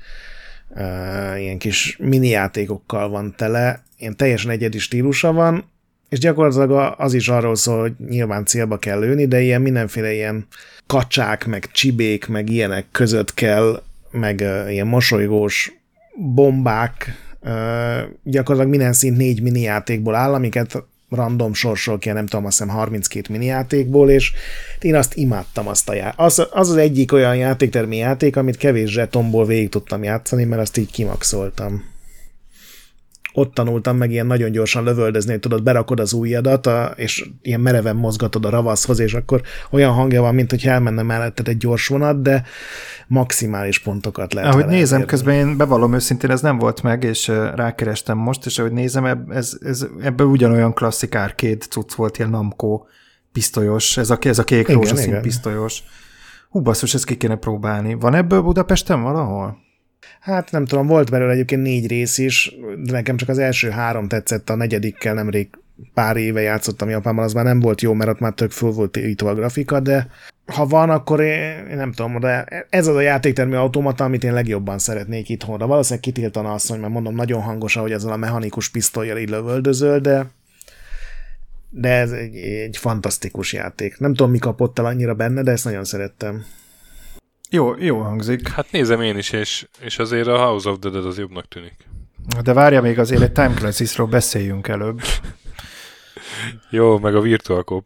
Speaker 2: uh, ilyen kis mini játékokkal van tele, ilyen teljesen egyedi stílusa van, és gyakorlatilag az is arról szól, hogy nyilván célba kell lőni, de ilyen mindenféle ilyen kacsák, meg csibék, meg ilyenek között kell, meg uh, ilyen mosolygós bombák, uh, gyakorlatilag minden szint négy mini játékból áll, amiket random sorsol ki, nem tudom, azt hiszem harminckét mini játékból, és én azt imádtam azt a játékot. Az, az az egyik olyan játéktermi játék, amit kevés zsetomból végig tudtam játszani, mert azt így kimaxoltam. Ott tanultam meg ilyen nagyon gyorsan lövöldözni, hogy tudod, berakod az ujjadat, a, és ilyen mereven mozgatod a ravaszhoz, és akkor olyan hangja van, mint hogy elmenne melletted egy gyors vonat, de maximális pontokat lehet.
Speaker 3: Ahogy nézem, elérni. Közben én bevallom őszintén, ez nem volt meg, és rákerestem most, és ahogy nézem, ez, ez, ebből ugyanolyan klasszik arcade cucc volt, ilyen Namco pisztolyos, ez a, ez a kék rózsaszín pisztolyos. Hú, basszus, ezt ki kéne próbálni. Van ebből Budapesten valahol?
Speaker 2: Hát nem tudom, volt belőle egyébként négy rész is, de nekem csak az első három tetszett, a negyedikkel nemrég pár éve játszottam Japánban, az már nem volt jó, mert ott már tök föl volt írtva a grafika, de ha van, akkor én, én nem tudom, de ez az a játéktermi automata, amit én legjobban szeretnék itthonra. Valószínűleg kitiltana azt, hogy mert mondom, nagyon hangos, ahogy ezzel a mechanikus pisztollyal így lövöldözöl, de de ez egy, egy fantasztikus játék. Nem tudom, mi kapott el annyira benne, de ezt nagyon szerettem.
Speaker 3: Jó, jó hangzik.
Speaker 1: Hát nézem én is, és, és azért a House of the Dead az jobbnak tűnik.
Speaker 3: De várja, még azért egy Time Crisisról beszéljünk előbb.
Speaker 1: Jó, meg a Virtual Cop.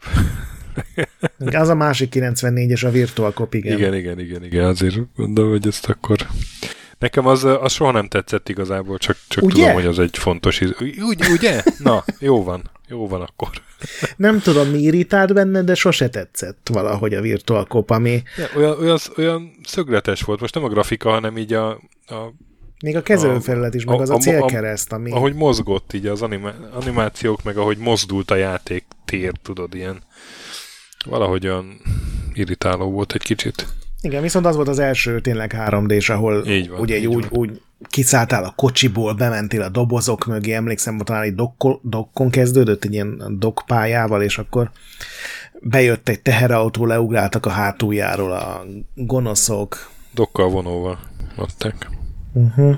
Speaker 2: Az a másik kilencvennégyes, a Virtual Cop, igen.
Speaker 1: Igen, igen, igen, igen, azért gondolom, hogy ezt akkor... Nekem az, az soha nem tetszett igazából, csak, csak tudom, hogy az egy fontos... Úgy, ugye? Na, jó van. Jó van akkor.
Speaker 2: Nem tudom, mi irritált benne, de sose tetszett valahogy a Virtual Cop, ami...
Speaker 1: Ja, olyan, olyan, olyan szögletes volt. Most nem a grafika, hanem így a... a
Speaker 2: még a kezelőfelület is, meg a, az a, a célkereszt, ami...
Speaker 1: Ahogy mozgott így az anima, animációk, meg ahogy mozdult a játék tér, tudod, ilyen... Valahogy olyan irritáló volt egy kicsit.
Speaker 2: Igen, viszont az volt az első tényleg három dés, ahol így van, ugye így úgy, van. úgy kiszálltál a kocsiból, bementél a dobozok mögé, emlékszem, hogy talán egy dokkon, dokkon kezdődött, egy ilyen dokkpályával, és akkor bejött egy teherautó, leugráltak a hátuljáról a gonoszok.
Speaker 1: Dokkal vonóval adták.
Speaker 2: Uh-huh.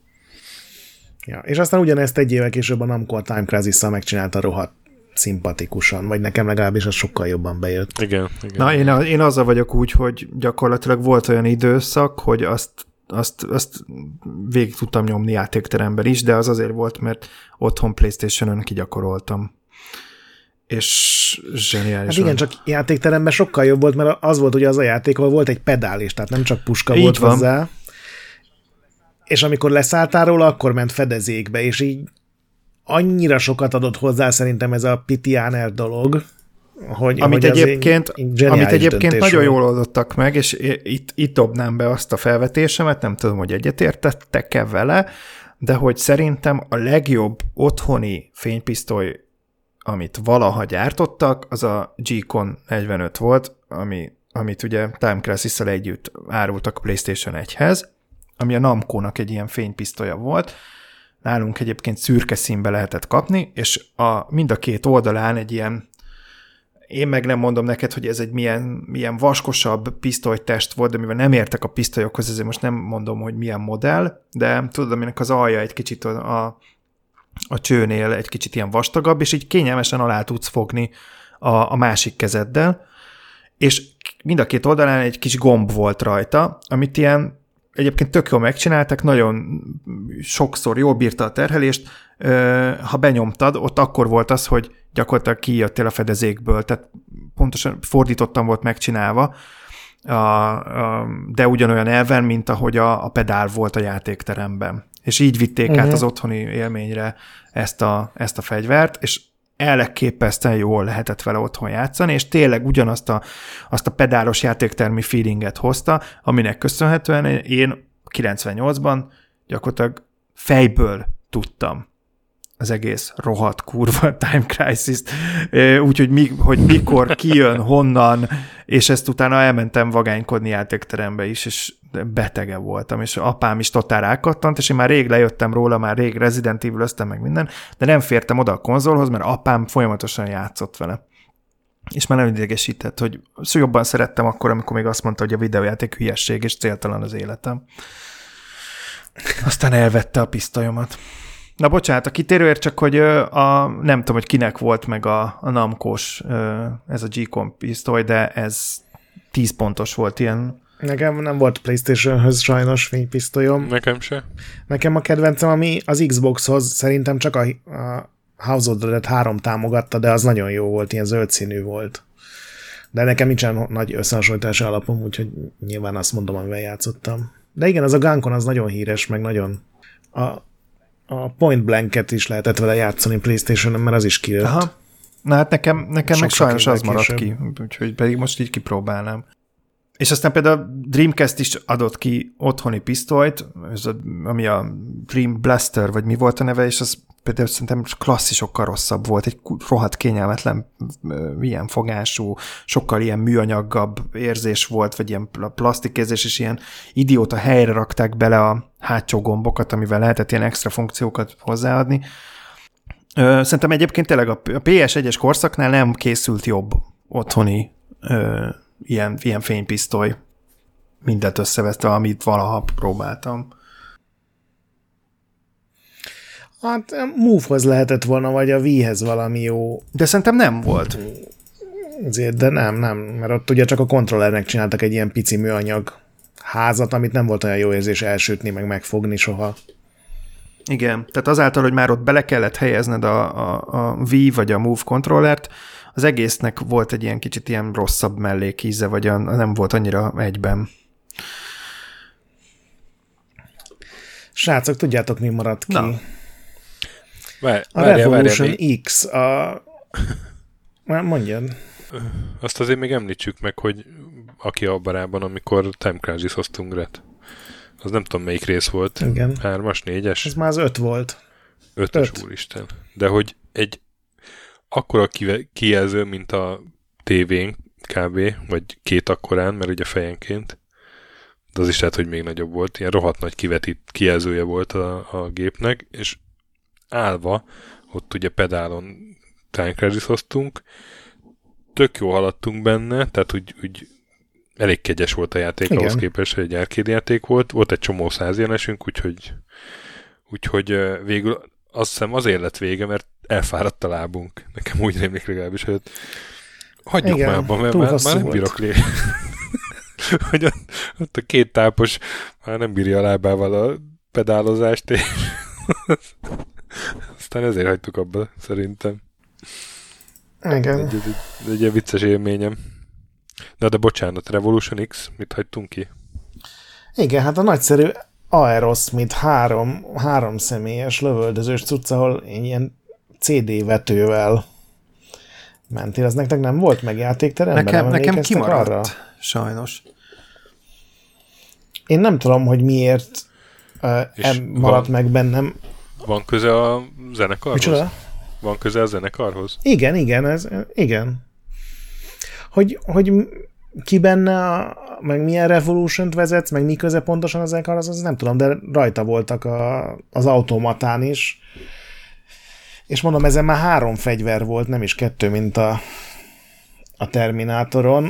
Speaker 2: Ja, és aztán ugyanezt egy évvel később a Namco a Time Crisis-szal megcsinálta rohadt szimpatikusan, vagy nekem legalábbis az sokkal jobban bejött.
Speaker 1: Igen. igen.
Speaker 3: Na, én, én azzal vagyok úgy, hogy gyakorlatilag volt olyan időszak, hogy azt, azt, azt végig tudtam nyomni játékteremben is, de az azért volt, mert otthon PlayStation-ön kigyakoroltam. és zseniális.
Speaker 2: Hát igen, csak játékteremben sokkal jobb volt, mert az volt ugye az a játék, ahol volt egy pedál is, tehát nem csak puska
Speaker 3: így
Speaker 2: volt
Speaker 3: van.
Speaker 2: hozzá. És amikor leszálltál róla, akkor ment fedezékbe, és így annyira sokat adott hozzá szerintem ez a Pitiáner dolog, hogy,
Speaker 3: amit
Speaker 2: hogy
Speaker 3: egyébként,
Speaker 2: egy, egy
Speaker 3: amit egyébként nagyon
Speaker 2: volt.
Speaker 3: jól oldottak meg, és itt, itt dobnám be azt a felvetésemet, nem tudom, hogy egyetértettek-e vele, de hogy szerintem a legjobb otthoni fénypisztoly, amit valaha gyártottak, az a G-Con negyvenöt volt, ami, amit ugye Time Crisis-szel együtt árultak a PlayStation egyhez, ami a Namco-nak egy ilyen fénypisztolya volt. Nálunk egyébként szürke színbe lehetett kapni, és a, mind a két oldalán egy ilyen, én meg nem mondom neked, hogy ez egy milyen, milyen vaskosabb pisztolytest volt, de mivel nem értek a pisztolyokhoz, ezért most nem mondom, hogy milyen modell, de tudod, aminek az alja egy kicsit a, a, a csőnél egy kicsit ilyen vastagabb, és így kényelmesen alá tudsz fogni a, a másik kezeddel, és mind a két oldalán egy kis gomb volt rajta, amit ilyen egyébként tök jól megcsináltak, nagyon sokszor jól bírta a terhelést, ha benyomtad, ott akkor volt az, hogy gyakorlatilag kijöttél a fedezékből, tehát pontosan fordítottan volt megcsinálva, de ugyanolyan elven, mint ahogy a, a pedál volt a játékteremben. És így vitték uh-huh. át az otthoni élményre ezt a, ezt a fegyvert, és elképesztően jól lehetett vele otthon játszani, és tényleg ugyanazt a, azt a pedálos játéktermi feelinget hozta, aminek köszönhetően én kilencvennyolcban gyakorlatilag fejből tudtam az egész rohadt kurva Time Crisis-t, úgyhogy mi, hogy mikor, kijön, honnan, és ezt utána elmentem vagánykodni játékterembe is, és betege voltam, és apám is totál rákattant, és én már rég lejöttem róla, már rég Resident Evil-öztem meg minden, de nem fértem oda a konzolhoz, mert apám folyamatosan játszott vele. És már nem idegesített, hogy jobban szerettem akkor, amikor még azt mondta, hogy a videójáték hülyesség, és céltalan az életem. Aztán elvette a pisztolyomat. Na bocsánat, a kitérőért csak, hogy a, nem tudom, hogy kinek volt meg a, a Namco-s ez a G-Con pisztoly, de ez tíz pontos volt ilyen.
Speaker 2: Nekem nem volt PlayStation-höz sajnos fénypisztolyom.
Speaker 1: Nekem se.
Speaker 2: Nekem a kedvencem, ami az Xbox-hoz szerintem csak a, a House of the Dead három támogatta, de az nagyon jó volt, ilyen zöld színű volt. De nekem nincsen nagy összehasonlítási alapom, úgyhogy nyilván azt mondom, amivel játszottam. De igen, az a Guncon az nagyon híres, meg nagyon... A, a Point Blanket is lehetett vele játszani PlayStation-on, mert az is kijött.
Speaker 3: Aha. Na hát nekem, nekem meg sajnos az maradt
Speaker 2: később.
Speaker 3: ki, úgyhogy pedig most így kipróbálnám. És aztán például Dreamcast is adott ki otthoni pisztolyt, ez a, ami a Dream Blaster, vagy mi volt a neve, és az például szerintem klasszisokkal rosszabb volt, egy rohadt kényelmetlen ilyen fogású, sokkal ilyen műanyagabb érzés volt, vagy ilyen plastikérzés, és ilyen idióta helyre rakták bele a hátsó gombokat, amivel lehetett ilyen extra funkciókat hozzáadni. Szerintem egyébként tényleg a pé es egyes korszaknál nem készült jobb otthoni ilyen, ilyen fénypisztoly, mindent összevetve, amit valaha próbáltam.
Speaker 2: Hát Move-hoz lehetett volna, vagy a Wii-hez valami jó.
Speaker 3: De szerintem nem volt.
Speaker 2: Ezért, de nem, nem, mert ott ugye csak a kontrollernek csináltak egy ilyen pici műanyag házat, amit nem volt olyan jó érzés elsütni, meg megfogni soha.
Speaker 3: Igen, tehát azáltal, hogy már ott bele kellett helyezned a, a, a Wii vagy a Move kontrollert, az egésznek volt egy ilyen kicsit ilyen rosszabb mellékíze, vagy a, nem volt annyira egyben.
Speaker 2: Srácok, tudjátok, mi maradt ki?
Speaker 3: Na.
Speaker 1: Várj,
Speaker 2: a
Speaker 1: várjál,
Speaker 2: Revolution
Speaker 1: várjál,
Speaker 2: X, a... Mondjad.
Speaker 1: Azt azért még említsük meg, hogy aki a barában, amikor Time Crisis hoztunk Gret. Az nem tudom, melyik rész volt.
Speaker 2: Igen.
Speaker 1: Hármas, négyes?
Speaker 2: Ez már az öt volt.
Speaker 1: Ötös,
Speaker 2: öt.
Speaker 1: úristen. De hogy egy akkora kijelző, mint a tévén kb. Vagy két akkorán, mert ugye fejenként. De az is lehet, hogy még nagyobb volt. Ilyen rohadt nagy kivetít kijelzője volt a, a gépnek, és állva, ott ugye pedálon Time Crisis-hoztunk, tök jó haladtunk benne, tehát úgy, úgy elég kegyes volt a játék. Igen. Ahhoz képest, hogy egy arcade játék volt. Volt egy csomó százjenesünk, úgyhogy, úgyhogy végül azt hiszem azért lett vége, mert elfáradt a lábunk. Nekem úgy rémlik legalábbis, hogy hagyjuk már abban, mert már, már nem bírok lé. Hogy ott a két tápos már nem bírja a lábával a pedálozást, és aztán ezért hagytuk abba, szerintem.
Speaker 2: Igen.
Speaker 1: Egy, egy, egy, egy ilyen vicces élményem. Na de bocsánat, Revolution X, mit hagytunk ki?
Speaker 2: Igen, hát a nagyszerű Aerosmith három, három személyes lövöldözős cucc, ahol ilyen cé dé vetővel mentél. Az nektek nem volt meg játékteremben?
Speaker 3: Nekem, nekem kimaradt,
Speaker 2: arra?
Speaker 3: sajnos.
Speaker 2: Én nem tudom, hogy miért uh, maradt meg bennem.
Speaker 1: Van köze a zenekarhoz?
Speaker 2: Micsoda?
Speaker 1: Van köze a zenekarhoz?
Speaker 2: Igen, igen, ez, igen. Hogy, hogy ki benne, a, meg milyen Revolution-t vezetsz, meg mi köze pontosan a zenekarhoz, az nem tudom, de rajta voltak a, az automatán is. És mondom, ezen már három fegyver volt, nem is kettő, mint a, a Terminátoron.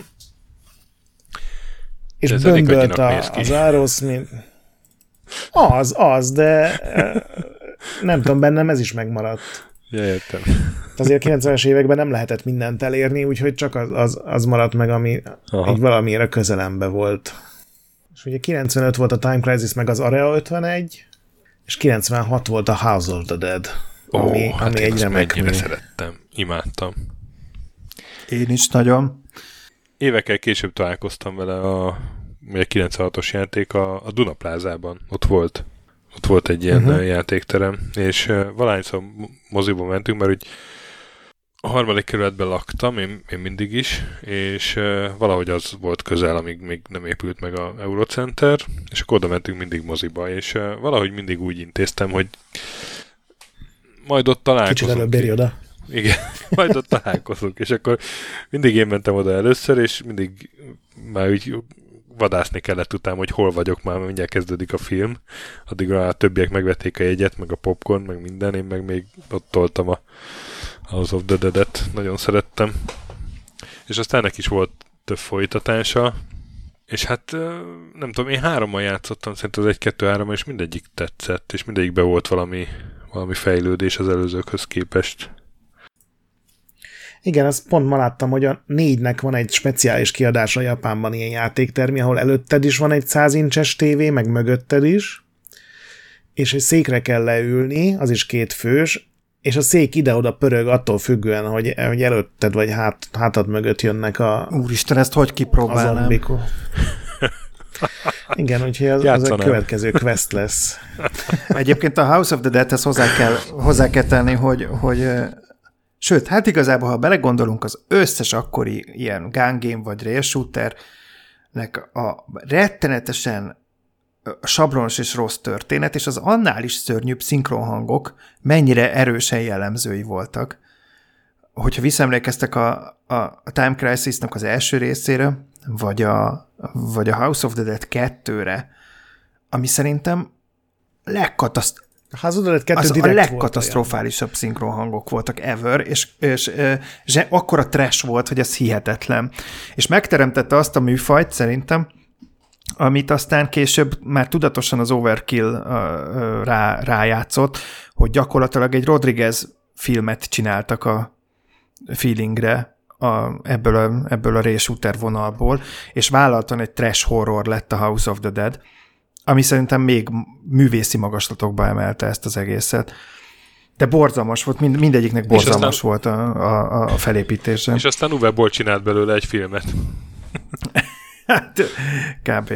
Speaker 2: És bömbölt a, az Aerosmith. Az, az, de nem tudom, bennem ez is megmaradt.
Speaker 1: Ja, értem.
Speaker 2: Azért a kilencvenes években nem lehetett mindent elérni, úgyhogy csak az, az, az maradt meg, ami Aha. így valamiért a közelembe volt. És ugye kilencvenöt volt a Time Crisis, meg az Area ötvenegy, és kilencvenhat volt a House of the Dead, ami,
Speaker 1: oh, hát
Speaker 2: ami egy remek mű.
Speaker 1: Szerettem, imádtam.
Speaker 3: Én is nagyon.
Speaker 1: Évekkel később találkoztam vele a, a kilencvenhatos játék a, a Duna Plázában. Ott volt. Ott volt egy ilyen uh-huh. játékterem, és uh, valahányszor moziba mentünk, mert úgy a harmadik kerületben laktam, én, én mindig is, és uh, valahogy az volt közel, amíg még nem épült meg a Eurocenter, és akkor oda mentünk mindig moziba, és uh, valahogy mindig úgy intéztem, hogy majd ott találkozunk.
Speaker 2: Kicsit előbb érj oda.
Speaker 1: Igen, majd ott találkozunk, és akkor mindig én mentem oda először, és mindig már úgy vadászni kellett utána, hogy hol vagyok már, mert mindjárt kezdődik a film. Addigra a többiek megvették a jegyet, meg a popcorn, meg minden, én meg még ott toltam a House of the Dead-et. Nagyon szerettem. És aztán ennek is volt több folytatása. És hát nem tudom, én hárommal játszottam, szerintem az egy kettő három, és mindegyik tetszett, és mindegyikben volt valami, valami fejlődés az előzőkhöz képest.
Speaker 2: Igen, azt pont ma láttam, hogy a négynek van egy speciális kiadása Japánban ilyen játéktermi, ahol előtted is van egy száz incses tévé, meg mögötted is, és egy székre kell leülni, az is két fős, és a szék ide-oda pörög attól függően, hogy, hogy előtted vagy hát, hátad mögött jönnek a
Speaker 3: Úristen, ezt hogy kipróbálnám?
Speaker 2: Igen, úgyhogy az, az a következő quest lesz.
Speaker 3: Egyébként a House of the Dead-hez hozzá kell, hozzá kell tenni, hogy, hogy sőt, hát igazából, ha belegondolunk, az összes akkori ilyen gun game vagy rail shooternek a rettenetesen sablonos és rossz történet, és az annál is szörnyűbb szinkronhangok mennyire erősen jellemzői voltak. Hogyha visszaemlékeztek a, a, a Time Crisis-nak az első részére, vagy a, vagy a House of the Dead kettőre, ami szerintem legkataszt- az a legkatasztrofálisabb szinkronhangok voltak ever, és, és, és akkora trash volt, hogy ez hihetetlen. És megteremtette azt a műfajt szerintem, amit aztán később már tudatosan az Overkill rá, rájátszott, hogy gyakorlatilag egy Rodriguez filmet csináltak a feelingre a, ebből a, ebből a rail shooter vonalból, és vállaltan egy trash horror lett a House of the Dead, ami szerintem még művészi magaslatokba emelte ezt az egészet. De borzalmas volt, mind, mindegyiknek borzalmas aztán, volt a, a, a felépítése.
Speaker 1: És aztán Uwe Boll csinált belőle egy filmet.
Speaker 3: Hát, kb.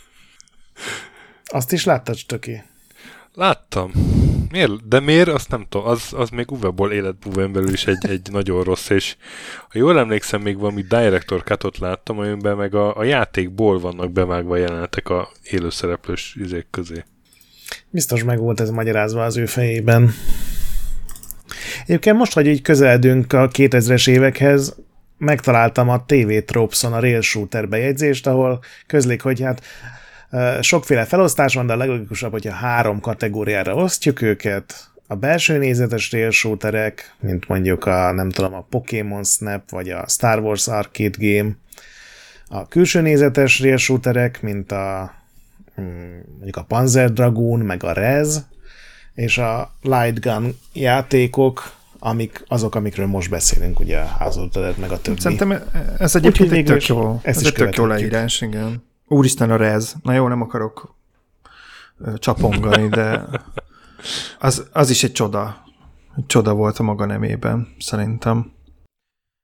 Speaker 2: Azt is láttad, Stöki?
Speaker 1: Láttam. Miért? De miért? Azt nem tudom. Az, az még Uwe Boll életbúvén belül is egy, egy nagyon rossz, és ha jól emlékszem, még valami Director Cut-ot láttam, amiben meg a, a játékból vannak bevágva jelenetek a élőszereplős izék közé. Biztos
Speaker 2: meg volt ez magyarázva az ő fejében. Egyébként most, hogy így közeledünk a kétezres évekhez, megtaláltam a té vé Tropes-on a rail shooter bejegyzést, ahol közlik, hogy hát sokféle felosztás van, de a leglogikusabb, hogyha három kategóriára osztjuk őket. A belső nézetes rail shooterek, mint mondjuk a, nem tudom, a Pokémon Snap, vagy a Star Wars Arcade Game. A külső nézetes rail shooterek, mint a mondjuk a Panzer Dragoon, meg a Rez, és a Light Gun játékok, amik, azok, amikről most beszélünk, ugye a House of the Dead, meg a többi.
Speaker 3: Szerintem ez egyébként egy tök jó, ez egy tök jó leírás, igen. Úristen, a Rez. Na jó, nem akarok csapongani, de az, az is egy csoda. Egy csoda volt a maga nemében, szerintem.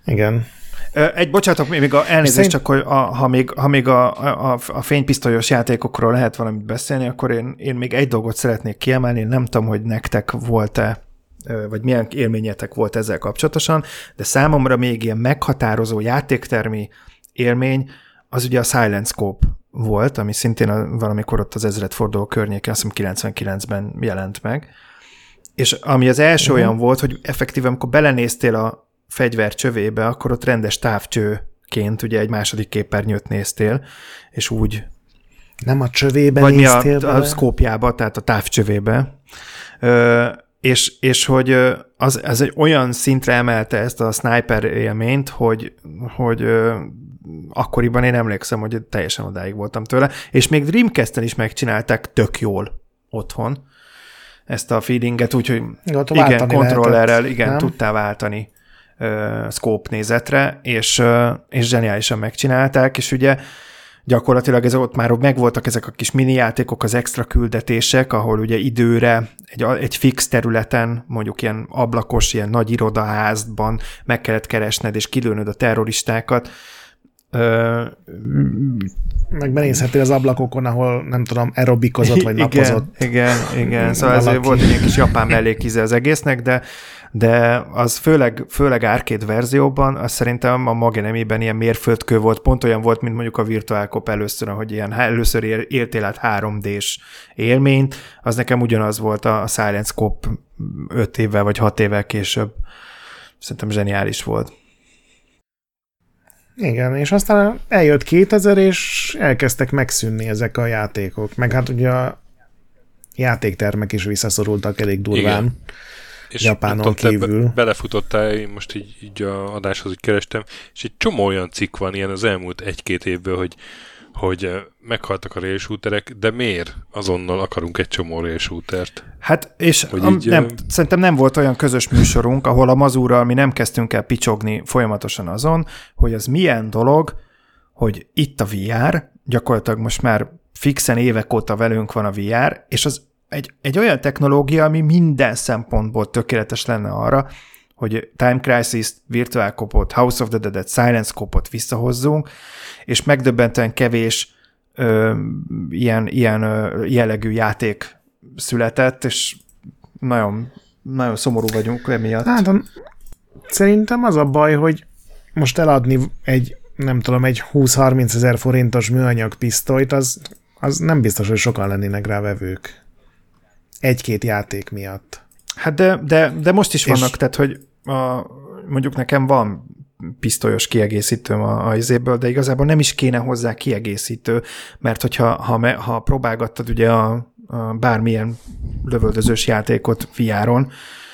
Speaker 2: Igen.
Speaker 3: Egy, bocsánatok, még a elnézést, Szerint... csak hogy a, ha még, ha még a, a, a fénypisztolyos játékokról lehet valamit beszélni, akkor én, én még egy dolgot szeretnék kiemelni, nem tudom, hogy nektek volt-e, vagy milyen élményetek volt ezzel kapcsolatosan, de számomra még ilyen meghatározó játéktermi élmény, az ugye a Silent Scope volt, ami szintén a, valamikor ott az ezredforduló környéken, azt hiszem kilencvenkilencben jelent meg, és ami az első uh-huh. olyan volt, hogy effektíven, amikor belenéztél a fegyver csövébe, akkor ott rendes távcsőként ugye egy második képernyőt néztél, és úgy...
Speaker 2: Nem a csövébe
Speaker 3: vagy
Speaker 2: néztél
Speaker 3: mi a, a szkópjába, tehát a távcsövébe. Ö, és, és hogy az, az egy olyan szintre emelte ezt a sniper élményt, hogy, hogy ö, akkoriban én emlékszem, hogy teljesen odáig voltam tőle, és még Dreamcast-en is megcsinálták tök jól otthon ezt a feelinget, úgyhogy igen, kontrollerrel igen, nem? Tudtál váltani Uh, scope nézetre, és, uh, és zseniálisan megcsinálták, és ugye gyakorlatilag ez, ott már megvoltak ezek a kis mini játékok, az extra küldetések, ahol ugye időre egy, egy fix területen, mondjuk ilyen ablakos, ilyen nagy irodaházban meg kellett keresned, és kilőnöd a terroristákat. Uh,
Speaker 2: meg benézhetél az ablakokon, ahol nem tudom, aerobikozott, vagy
Speaker 3: igen,
Speaker 2: napozott.
Speaker 3: Igen, igen, szóval ez volt egy kis japán mellékíze az egésznek, de de az főleg, főleg arcade verzióban, az szerintem a maga nemében ilyen mérföldkő volt, pont olyan volt, mint mondjuk a Virtual Cop először, hogy ilyen először éltél át három dés élményt, az nekem ugyanaz volt a Silent Scope öt évvel vagy hat évvel később. Szerintem zseniális volt.
Speaker 2: Igen, és aztán eljött kétezer, és elkezdtek megszűnni ezek a játékok. Meg hát ugye a játéktermek is visszaszorultak elég durván. Igen.
Speaker 1: És
Speaker 2: Japánon kívül.
Speaker 1: Be, belefutottál, én most így, így a adáshoz így kerestem, és egy csomó olyan cikk van ilyen az elmúlt egy-két évből, hogy, hogy meghaltak a rail shooterek, de miért azonnal akarunk egy csomó rail shootert?
Speaker 3: Hát, és a, így, nem, szerintem nem volt olyan közös műsorunk, ahol a Mazurral mi nem kezdtünk el picsogni folyamatosan azon, hogy az milyen dolog, hogy itt a vé er, gyakorlatilag most már fixen évek óta velünk van a vé er, és az Egy, egy olyan technológia, ami minden szempontból tökéletes lenne arra, hogy Time Crisis-t, Virtual Copot, House of the Dead-et, Silent Scope-ot visszahozzunk, és megdöbbentően kevés ö, ilyen, ilyen ö, jellegű játék született, és nagyon, nagyon szomorú vagyunk emiatt.
Speaker 2: Hát, szerintem az a baj, hogy most eladni egy, nem tudom, egy húsz-harminc ezer forintos műanyag pisztolyt, az, az nem biztos, hogy sokan lennének rá vevők. Egy-két játék miatt.
Speaker 3: Hát de, de, de most is vannak, és... tehát, hogy a, mondjuk nekem van pisztolyos kiegészítőm a, a izéből, de igazából nem is kéne hozzá kiegészítő, mert hogyha ha, ha próbálgattad ugye a, a bármilyen lövöldözős játékot vé er-on,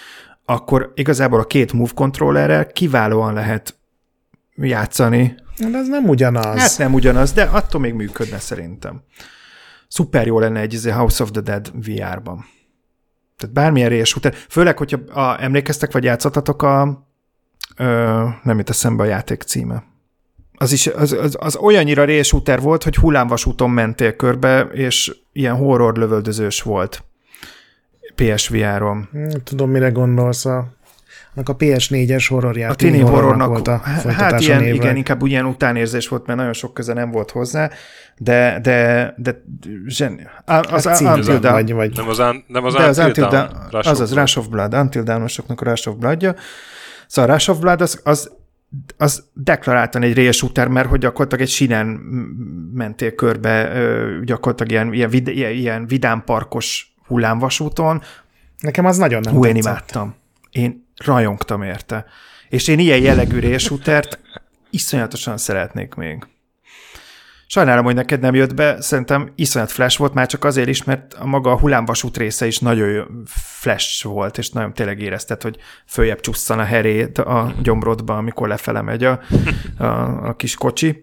Speaker 3: akkor igazából a két Move controllerrel kiválóan lehet játszani.
Speaker 2: De ez nem ugyanaz.
Speaker 3: Hát nem ugyanaz, de attól még működne szerintem. Szuper jó lenne egy House of the Dead vé er-ban. Tehát bármilyen rail shooter, főleg, hogyha a, emlékeztek, vagy játszottatok a ö, nem jut eszembe a játék címe. Az is az, az, az olyannyira rail shooter volt, hogy hullámvasúton mentél körbe, és ilyen horror lövöldözős volt pé es vé er-on.
Speaker 2: Tudom, mire gondolsz. A, a pé es négyes horrorjáték.
Speaker 3: A Tini horrornak
Speaker 2: volt a
Speaker 3: hát ilyen, igen, inkább ugyan utánérzés volt, mert nagyon sok köze nem volt hozzá, de, de, de zseni. Az,
Speaker 2: az
Speaker 3: Until Dawn.
Speaker 1: Vagy, vagy. Nem az, un, nem az,
Speaker 3: de az
Speaker 1: Until
Speaker 3: Dawn. Dawn. Az az Rush of Blood. Until Dawn-osoknak a Rush of Bloodja. Szóval a Rush of Blood az, az, az deklaráltan egy rail shooter, mert hogy gyakorlatilag egy sínen mentél körbe, gyakorlatilag ilyen, ilyen, vid, ilyen, ilyen vidámparkos hullámvasúton.
Speaker 2: Nekem az nagyon nem
Speaker 3: Hú,
Speaker 2: tetszett.
Speaker 3: Én imádtam. Én rajongtam érte. És én ilyen jellegű rail shootert iszonyatosan szeretnék még. Sajnálom, hogy neked nem jött be, szerintem iszonyat flash volt, már csak azért is, mert a maga a hullámvasút része is nagyon flash volt, és nagyon tényleg érezted, hogy följebb csusszan a herét a gyomrodba, amikor lefele megy a, a, a kis kocsi.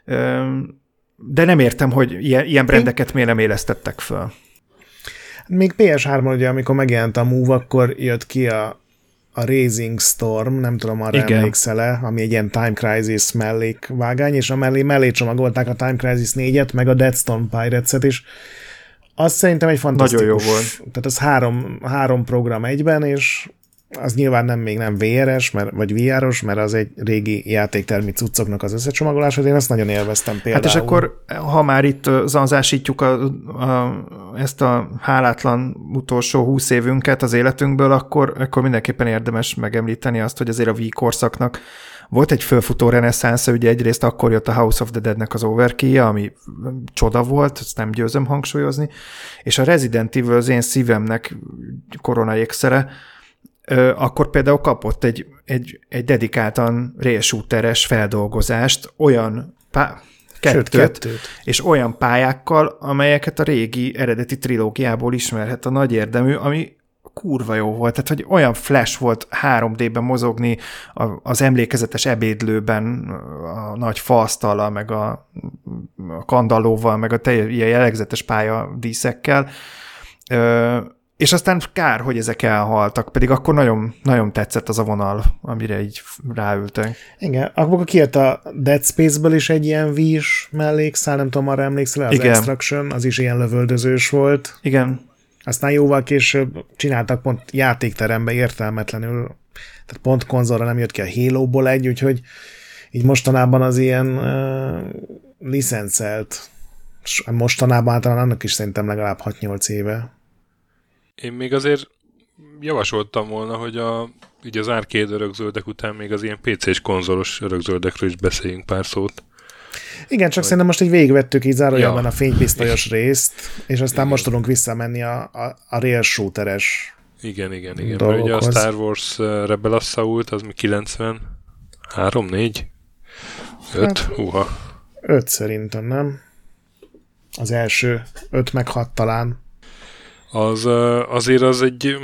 Speaker 3: De nem értem, hogy ilyen, ilyen brandeket miért nem élesztettek föl.
Speaker 2: Még pé es hármon, ugye, amikor megjelent a Move, akkor jött ki a, a Rising Storm, nem tudom, arra emlékszel-e, ami egy ilyen Time Crisis mellékvágány, és a mellé mellé csomagolták a Time Crisis négyet, meg a Deathstone Pirates-et is. Az szerintem egy fantasztikus.
Speaker 3: Nagyon jó volt.
Speaker 2: Tehát az három, három program egyben, és az nyilván nem még nem vé er es, mert, vagy vé er-os, mert az egy régi játéktermi cuccoknak az összecsomagolása, én azt nagyon élveztem például.
Speaker 3: Hát és akkor, ha már itt zanzásítjuk a, a, ezt a hálátlan utolsó húsz évünket az életünkből, akkor, akkor mindenképpen érdemes megemlíteni azt, hogy azért a Wii korszaknak volt egy fölfutó reneszánsza, ugye egyrészt akkor jött a House of the Dead-nek az overkey-je, ami csoda volt, ezt nem győzöm hangsúlyozni, és a Resident Evil az én szívemnek korona ékszere, akkor például kapott egy, egy, egy dedikáltan rail shooteres feldolgozást, olyan pá- kettőt, Sőt, kettőt, és olyan pályákkal, amelyeket a régi eredeti trilógiából ismerhet a nagy érdemű, ami kurva jó volt, tehát hogy olyan flash volt három dében mozogni az emlékezetes ebédlőben a nagy faasztallal, meg a, a kandallóval, meg a te, ilyen jellegzetes pályadíszekkel, és aztán kár, hogy ezek elhaltak, pedig akkor nagyon, nagyon tetszett az a vonal, amire így ráültek.
Speaker 2: Igen, akkor kijött a Dead Space-ből is egy ilyen Wii-s mellékszál, nem tudom, arra emlékszel, az
Speaker 3: Igen.
Speaker 2: Extraction, az is ilyen lövöldözős volt.
Speaker 3: Igen.
Speaker 2: Aztán jóval később csináltak pont játékterembe értelmetlenül, tehát pont konzolra nem jött ki a Halo-ból egy, úgyhogy így mostanában az ilyen uh, licencelt, mostanában általán annak is szerintem legalább hat-nyolc éve.
Speaker 1: Én még azért javasoltam volna, hogy a, így az arcade örökzöldek után még az ilyen pé cés konzolos örökzöldekről is beszéljünk pár szót.
Speaker 2: Igen, csak vagy... szerintem most így végigvettük így zárójelben ja. a fénypisztolyos részt, és aztán igen. most tudunk visszamenni a, a, a rail shooteres
Speaker 1: Igen, igen, igen. Mert ugye a Star Wars Rebel Assault, az mi kilencvenhárom, négy? öt? Hát, Húha.
Speaker 2: öt szerintem, nem? Az első öt meg hat talán.
Speaker 1: Az azért az egy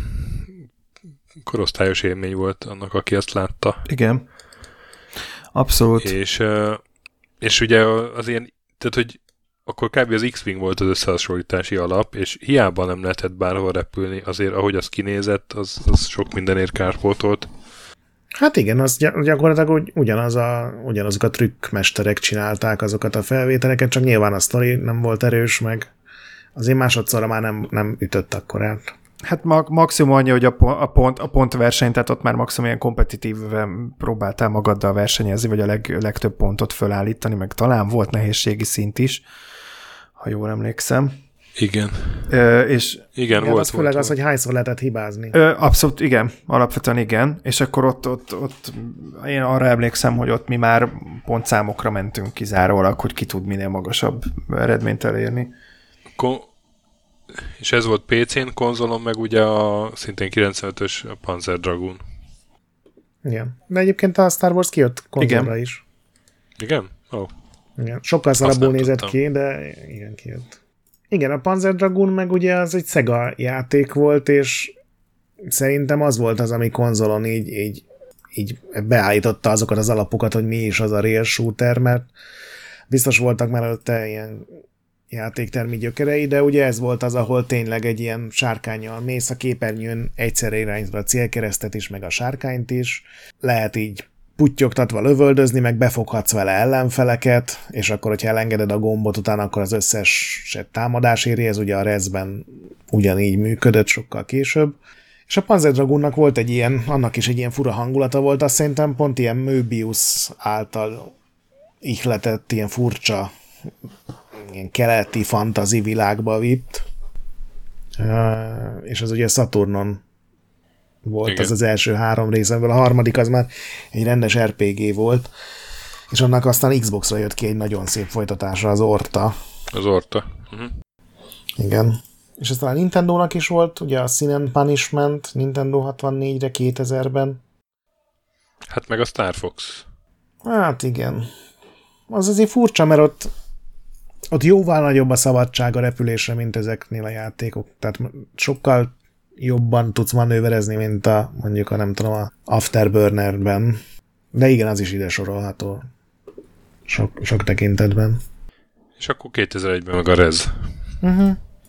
Speaker 1: korosztályos élmény volt annak, aki azt látta.
Speaker 3: Igen. Abszolút.
Speaker 1: És, és ugye az ilyen, tehát hogy akkor kb. Az X-Wing volt az összehasonlítási alap, és hiába nem lehetett bárhol repülni, azért ahogy az kinézett, az, az sok mindenért kárpótolt.
Speaker 2: Hát igen, az gyakorlatilag ugyanaz a, ugyanazok a trükkmesterek csinálták azokat a felvételeket, csak nyilván a sztori nem volt erős, meg azért másodszorra már nem, nem ütött akkorát.
Speaker 3: Hát ma- maximum annyi, hogy a, a, pont, a pontverseny, tehát ott már maximum ilyen kompetitíven próbáltál magaddal versenyezni, vagy a leg, legtöbb pontot fölállítani, meg talán volt nehézségi szint is, ha jól emlékszem.
Speaker 1: Igen.
Speaker 3: Ö, és
Speaker 1: igen,
Speaker 2: igen,
Speaker 1: volt.
Speaker 2: az főleg volt, az, hogy hányszor lehetett hibázni.
Speaker 3: Ö, abszolút, igen, alapvetően igen, és akkor ott, ott, ott én arra emlékszem, hogy ott mi már pontszámokra mentünk kizárólag, hogy ki tud minél magasabb eredményt elérni.
Speaker 1: Ko- és ez volt pé cén, konzolon meg ugye a szintén kilencvenötös Panzer Dragoon.
Speaker 2: Igen. De egyébként a Star Wars kijött konzolra igen. is.
Speaker 1: Igen? Ó. Oh.
Speaker 2: Igen. Sokkal szarabbul nézett tudtam. ki, de igen, kijött. Igen, a Panzer Dragoon meg ugye az egy Sega játék volt, és szerintem az volt az, ami konzolon így, így, így beállította azokat az alapokat, hogy mi is az a rail shooter, mert biztos voltak már előtte ilyen játéktermi gyökerei, de ugye ez volt az, ahol tényleg egy ilyen sárkánnyal mész a képernyőn, egyszerre irányítva a célkeresztet is, meg a sárkányt is. Lehet így puttyogtatva lövöldözni, meg befoghatsz vele ellenfeleket, és akkor, hogyha elengeded a gombot, utána akkor az összes támadás éri, ez ugye a rezben ugyanígy működött sokkal később. És a Panzer Dragoonnak volt egy ilyen, annak is egy ilyen fura hangulata volt, azt szerintem pont ilyen Möbius által ihletett, ilyen furcsa ilyen keleti fantasy világba vitt, és az ugye Saturnon volt. Igen. Az az első három részemből, a harmadik az már egy rendes er pé gé volt, és annak aztán Xboxra jött ki egy nagyon szép folytatása, az Orta.
Speaker 1: Az Orta. Uh-huh.
Speaker 2: Igen. És aztán a Nintendónak is volt, ugye a Sin and Punishment Nintendo hatvannégyre, kétezerben.
Speaker 1: Hát meg a Star Fox.
Speaker 2: Hát igen. Az azért furcsa, mert ott ott jóval nagyobb a szabadság a repülésre, mint ezeknél a játékok. Tehát sokkal jobban tudsz manőverezni, mint a mondjuk a nem tudom, a Afterburnerben. De igen, az is ide sorolható. Sok, sok tekintetben.
Speaker 1: És akkor kétezer-egyben meg a Rez.
Speaker 2: Uh-huh.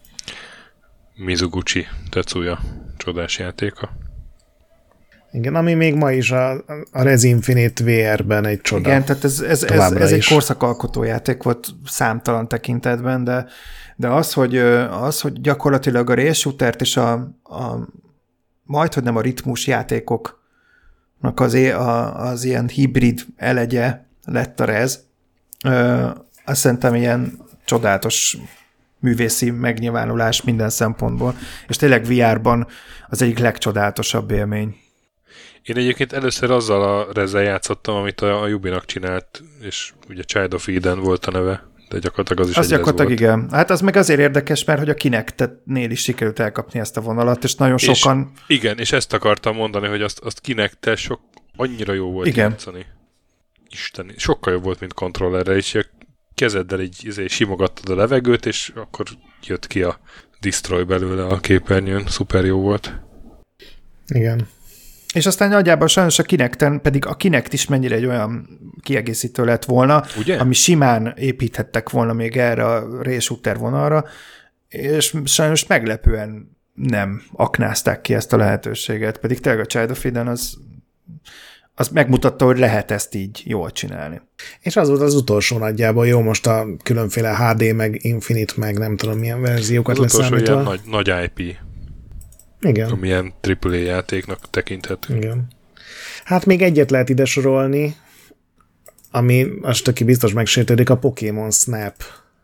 Speaker 1: Mizuguchi Tetsuya csodás játéka.
Speaker 2: Igen, ami még ma is a, a Rez Infinite vé er-ben egy csoda.
Speaker 3: Igen, tehát ez, ez, ez, ez egy korszakalkotó játék volt számtalan tekintetben, de, de az, hogy, az, hogy gyakorlatilag a rail shootert és a, a, majdhogy nem a ritmus játékoknak az, a, az ilyen hibrid elegye lett a Rez. Ö, azt szerintem ilyen csodálatos művészi megnyilvánulás minden szempontból, és tényleg vé er-ban az egyik legcsodálatosabb élmény.
Speaker 1: Én egyébként először azzal a Rezzel játszottam, amit a, a Yubinak csinált, és ugye Child of Eden volt a neve, de gyakorlatilag az is
Speaker 3: az
Speaker 1: egy
Speaker 3: gyakorlatilag
Speaker 1: volt.
Speaker 3: Igen. Hát az meg azért érdekes, mert hogy a Kinect-nél is sikerült elkapni ezt a vonalat, és nagyon
Speaker 1: és
Speaker 3: sokan...
Speaker 1: Igen, és ezt akartam mondani, hogy azt, azt Kinect-tel sok, annyira jó volt
Speaker 3: igen.
Speaker 1: játszani. Isteni. Sokkal jobb volt, mint kontrollerre, és a kezeddel így, így simogattad a levegőt, és akkor jött ki a Destroy belőle a képernyőn. Szuper jó volt.
Speaker 2: Igen.
Speaker 3: És aztán nagyjából sajnos a Kinecten, pedig a Kinect is mennyire egy olyan kiegészítő lett volna,
Speaker 1: ugye?
Speaker 3: Ami simán építhettek volna még erre a rail shooter vonalra, és sajnos meglepően nem aknázták ki ezt a lehetőséget, pedig tényleg a Child of Eden az, az megmutatta, hogy lehet ezt így jól csinálni.
Speaker 2: És az volt az utolsó nagyjából, jó, most a különféle há dé, meg Infinite, meg nem tudom milyen verziókat
Speaker 1: az utolsó
Speaker 2: leszámítva.
Speaker 1: ilyen nagy, nagy i pé.
Speaker 2: Igen.
Speaker 1: Amilyen á á á játéknak tekinthető.
Speaker 2: Igen. Hát még egyet lehet ide sorolni, ami azt, aki biztos megsértődik, a Pokémon Snap.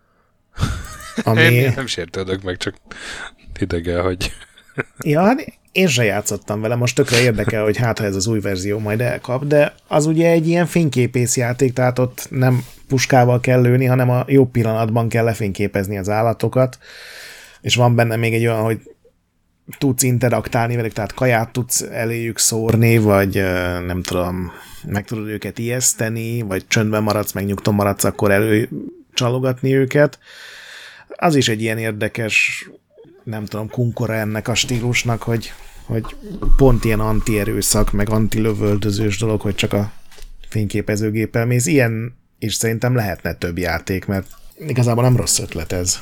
Speaker 2: Ami...
Speaker 1: Én nem sértődök meg, csak hidegel, hogy...
Speaker 2: Ja, hát én sem játszottam vele, most tökre érdekel, hogy hát ha ez az új verzió majd elkap, de az ugye egy ilyen fényképész játék, tehát ott nem puskával kell lőni, hanem a jó pillanatban kell lefényképezni az állatokat, és van benne még egy olyan, hogy tudsz interaktálni velük, tehát kaját tudsz eléjük szórni, vagy nem tudom, meg tudod őket ijeszteni, vagy csöndben maradsz, meg nyugton maradsz, akkor előcsalogatni őket. Az is egy ilyen érdekes, nem tudom, kunkora ennek a stílusnak, hogy, hogy pont ilyen anti-erőszak, meg anti-lövöldözős dolog, hogy csak a fényképezőgéppel mész. Ilyen is szerintem lehetne több játék, mert igazából nem rossz ötlet ez.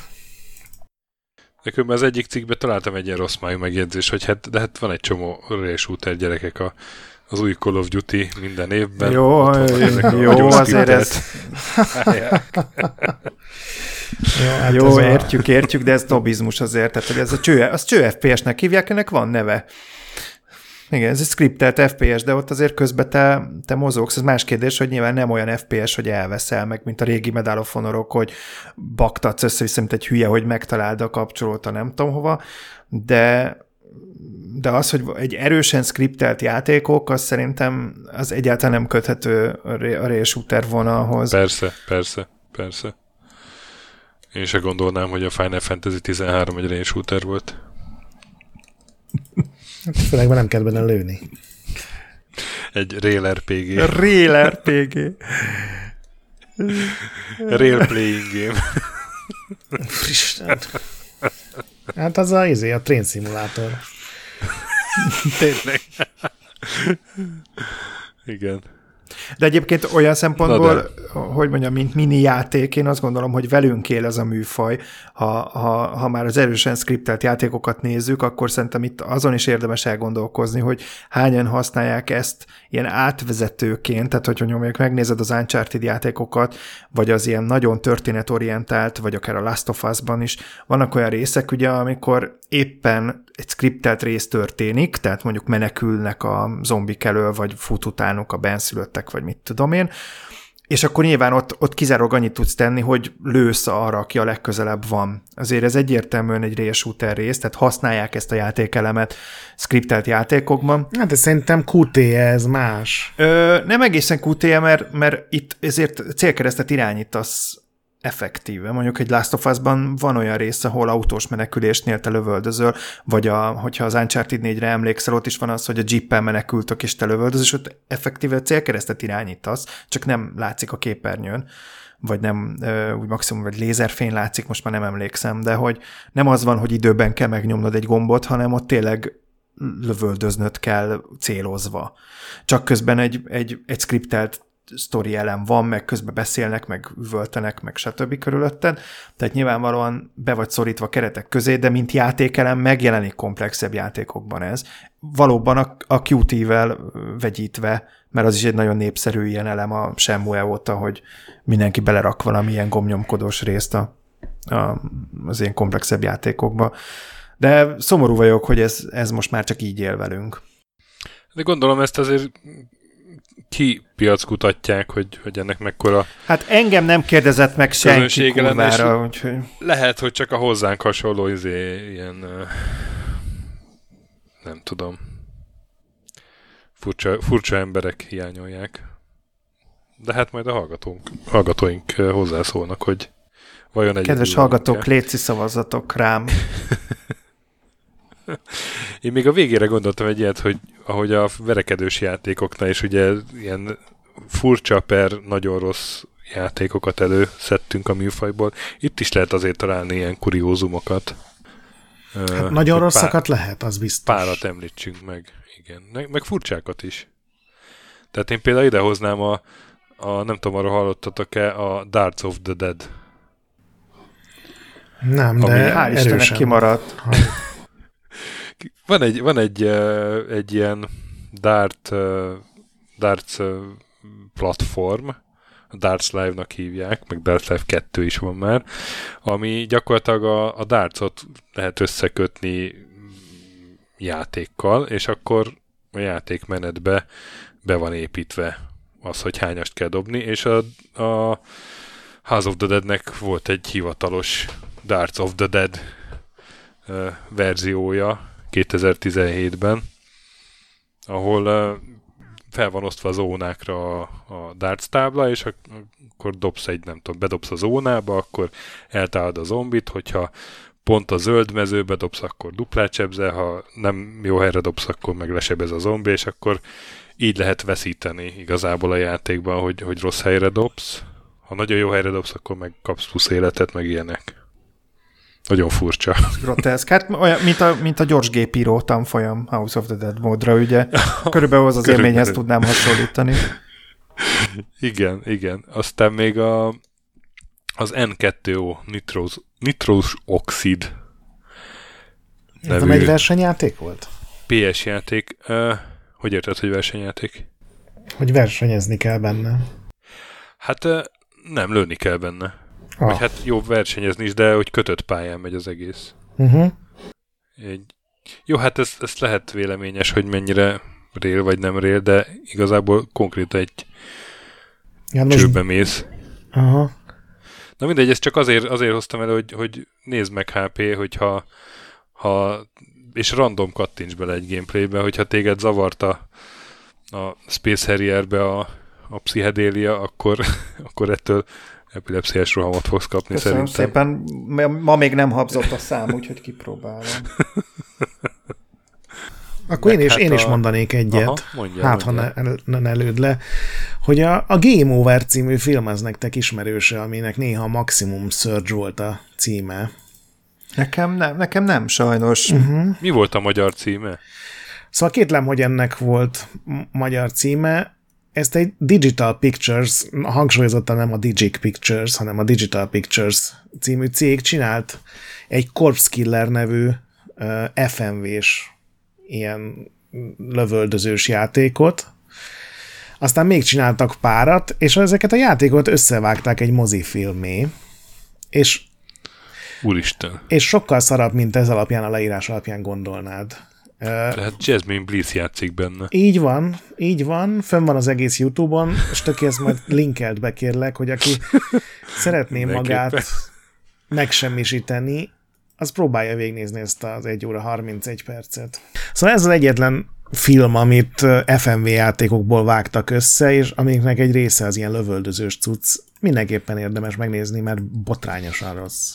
Speaker 1: Nekem az egyik cikkben találtam egy ilyen rossz májú megjegyzés, hogy hát, de hát van egy csomó rail shooter gyerekek a, az új Call of Duty minden évben.
Speaker 3: Jó, jó azért ez... Jó, hát jó ez értjük, a... értjük, de ez dobizmus azért, tehát hogy ez a cső, az cső ef pé esnek hívják, ennek van neve. Igen, ez egy scriptelt ef pé es, de ott azért közben te, te mozogsz. Ez más kérdés, hogy nyilván nem olyan ef pé es, hogy elveszel meg, mint a régi Medal of Honor-ok, hogy baktatsz össze-vissza, mint egy hülye, hogy megtaláld a kapcsolót a nem tudom hova, de, de az, hogy egy erősen scriptelt játékok, az szerintem az egyáltalán nem köthető a rail shooter vonalhoz.
Speaker 1: Persze, persze, persze. Én se gondolnám, hogy a Final Fantasy tizenhárom egy rail shooter volt.
Speaker 2: Főleg, mert nem kell benne lőni.
Speaker 1: Egy Rail er pé gé.
Speaker 3: Rail er pé gé.
Speaker 1: Rail Playing Game.
Speaker 2: Fristen. Hát az a, izé, a train szimulátor.
Speaker 1: Tényleg. Igen.
Speaker 3: De egyébként olyan szempontból, de... hogy mondjam, mint mini játék, én azt gondolom, hogy velünk él ez a műfaj. Ha, ha, ha már az erősen skriptelt játékokat nézzük, akkor szerintem itt azon is érdemes elgondolkozni, hogy hányan használják ezt ilyen átvezetőként, tehát hogyha mondjuk megnézed az Uncharted játékokat, vagy az ilyen nagyon történetorientált, vagy akár a Last of Us-ban is, vannak olyan részek, ugye, amikor éppen egy skriptelt rész történik, tehát mondjuk menekülnek a zombik elől, vagy fut utánuk a benszülöttek, vagy mit tudom én, és akkor nyilván ott, ott kizárólag annyit tudsz tenni, hogy lősz arra, aki a legközelebb van. Azért ez egyértelműen egy rail shooter rész, tehát használják ezt a játékelemet skriptelt játékokban.
Speaker 2: Hát ez szerintem kú té é, ez más.
Speaker 3: Ö, nem egészen kú té é, mert, mert itt ezért célkeresztet irányítasz effektíve. Mondjuk egy Last of Us-ban van olyan rész, ahol autós menekülésnél te lövöldözöl, vagy a, hogyha az Uncharted négyre emlékszel, ott is van az, hogy a jeeppel menekültök és te lövöldöz, és ott effektíve célkeresztet irányítasz, csak nem látszik a képernyőn, vagy nem, úgy maximum, vagy lézerfény látszik, most már nem emlékszem, de hogy nem az van, hogy időben kell megnyomnod egy gombot, hanem ott tényleg lövöldöznöd kell célozva. Csak közben egy, egy, egy skriptelt sztori elem van, meg közben beszélnek, meg üvöltenek, meg stb. Körülötted. Tehát nyilvánvalóan be vagy szorítva keretek közé, de mint játékelem megjelenik komplexebb játékokban ez. Valóban a, a kú té é-vel vegyítve, mert az is egy nagyon népszerű ilyen elem a Shenmue óta, hogy mindenki belerak valamilyen gombnyomkodós részt a, a, az ilyen komplexebb játékokba. De szomorú vagyok, hogy ez, ez most már csak így él velünk.
Speaker 1: De gondolom ezt azért ki piackutatják, hogy, hogy ennek mekkora...
Speaker 3: Hát engem nem kérdezett meg senki kurvára, úgyhogy...
Speaker 1: Lehet, hogy csak a hozzánk hasonló izé, ilyen... Nem tudom. Furcsa, furcsa emberek hiányolják. De hát majd a hallgatónk, hallgatóink hozzászólnak, hogy vajon egy...
Speaker 3: Kedves hallgatók, létszi szavazzatok rám.
Speaker 1: Én még a végére gondoltam egy ilyet, hogy ahogy a verekedős játékoknál is ugye ilyen furcsa per nagyon rossz játékokat előszedtünk a műfajból. Itt is lehet azért találni ilyen kuriózumokat.
Speaker 2: Hát nagyon rosszakat pár, lehet, az biztos.
Speaker 1: Párat említsünk meg, igen. Meg, meg furcsákat is. Tehát én például idehoznám a, a nem tudom, arra hallottatok-e, a Darts of the Dead.
Speaker 2: Nem, de
Speaker 3: hál' Istennek kimaradt.
Speaker 1: Van egy, van egy, egy ilyen dart, darts platform, a Darts Live-nak hívják, meg Darts Live kettő is van már, ami gyakorlatilag a, a dartsot lehet összekötni játékkal, és akkor a játékmenetbe be van építve az, hogy hányast kell dobni, és a, a House of the Deadnek volt egy hivatalos Darts of the Dead uh, verziója kétezer-tizenhétben, ahol uh, fel van osztva a zónákra a, a darts tábla, és akkor dobsz egy, nem tudom, bedobsz a zónába, akkor eltállod a zombit, hogyha pont a zöld mezőbe dobsz, akkor duplát sebzel, ha nem jó helyre dobsz, akkor meg lesebez a zombi, és akkor így lehet veszíteni igazából a játékban, hogy, hogy rossz helyre dobsz. Ha nagyon jó helyre dobsz, akkor meg kapsz plusz életet, meg ilyenek. Nagyon furcsa.
Speaker 3: Groteszk. Hát olyan, mint a, mint a gyorsgépíró tanfolyam House of the Dead módra, ugye? Körülbelül az az Körülbelül. élményhez tudnám hasonlítani.
Speaker 1: Igen, igen. Aztán még a, az en kettő o nitrós, nitrós oxid
Speaker 2: nevű. Ez egy versenyjáték volt?
Speaker 1: pé es játék. Uh, hogy érted, hogy versenyjáték?
Speaker 2: Hogy versenyezni kell benne.
Speaker 1: Hát uh, nem, lőni kell benne.
Speaker 2: Ah.
Speaker 1: Vagy hát jó versenyezni is, de hogy kötött pályán megy az egész.
Speaker 2: Uh-huh.
Speaker 1: Egy... Jó, hát ez, ez lehet véleményes, hogy mennyire rél vagy nem rél, de igazából konkrétan egy János... csőbe mész.
Speaker 2: Aha.
Speaker 1: Na mindegy, ezt csak azért, azért hoztam elő, hogy, hogy nézd meg há pé, hogyha ha, és random kattints bele egy gameplaybe, hogyha téged zavart a, a Space Harrierbe a, a pszichedélia, akkor, akkor ettől epilepsziás rohamot fogsz kapni.
Speaker 3: Köszönöm
Speaker 1: szerintem.
Speaker 3: szépen. Ma még nem habzott a szám, úgyhogy kipróbálom.
Speaker 2: Akkor én is, hát én a... is mondanék egyet. Aha, mondjál, hát, mondjál. ha ne, ne előd le, hogy a, a Game Over című film az nektek ismerőse, aminek néha Maximum Surge volt a címe.
Speaker 3: Nekem nem, nekem nem sajnos.
Speaker 2: Uh-huh.
Speaker 1: Mi volt a magyar címe?
Speaker 2: Szóval kétlem, hogy ennek volt magyar címe. Ezt egy Digital Pictures, hangsúlyozottan nem a Digic Pictures, hanem a Digital Pictures című cég csinált egy Corpse Killer nevű uh, ef em vé-s ilyen lövöldözős játékot. Aztán még csináltak párat, és ezeket a játékot összevágták egy mozifilmé. És
Speaker 1: Úristen.
Speaker 2: És sokkal szarabb, mint ez alapján, a leírás alapján gondolnád.
Speaker 1: Tehát Jasmine Bliss játszik benne.
Speaker 2: Így van, így van, fönn van az egész YouTube-on, és töké ezt majd linkelt be, kérlek, hogy aki szeretné magát megsemmisíteni, az próbálja végignézni ezt az egy óra harmincegy percet. Szóval ez az egyetlen film, amit ef em vé játékokból vágtak össze, és amiknek egy része az ilyen lövöldözős cucc. Mindenképpen érdemes megnézni, mert botrányosan rossz.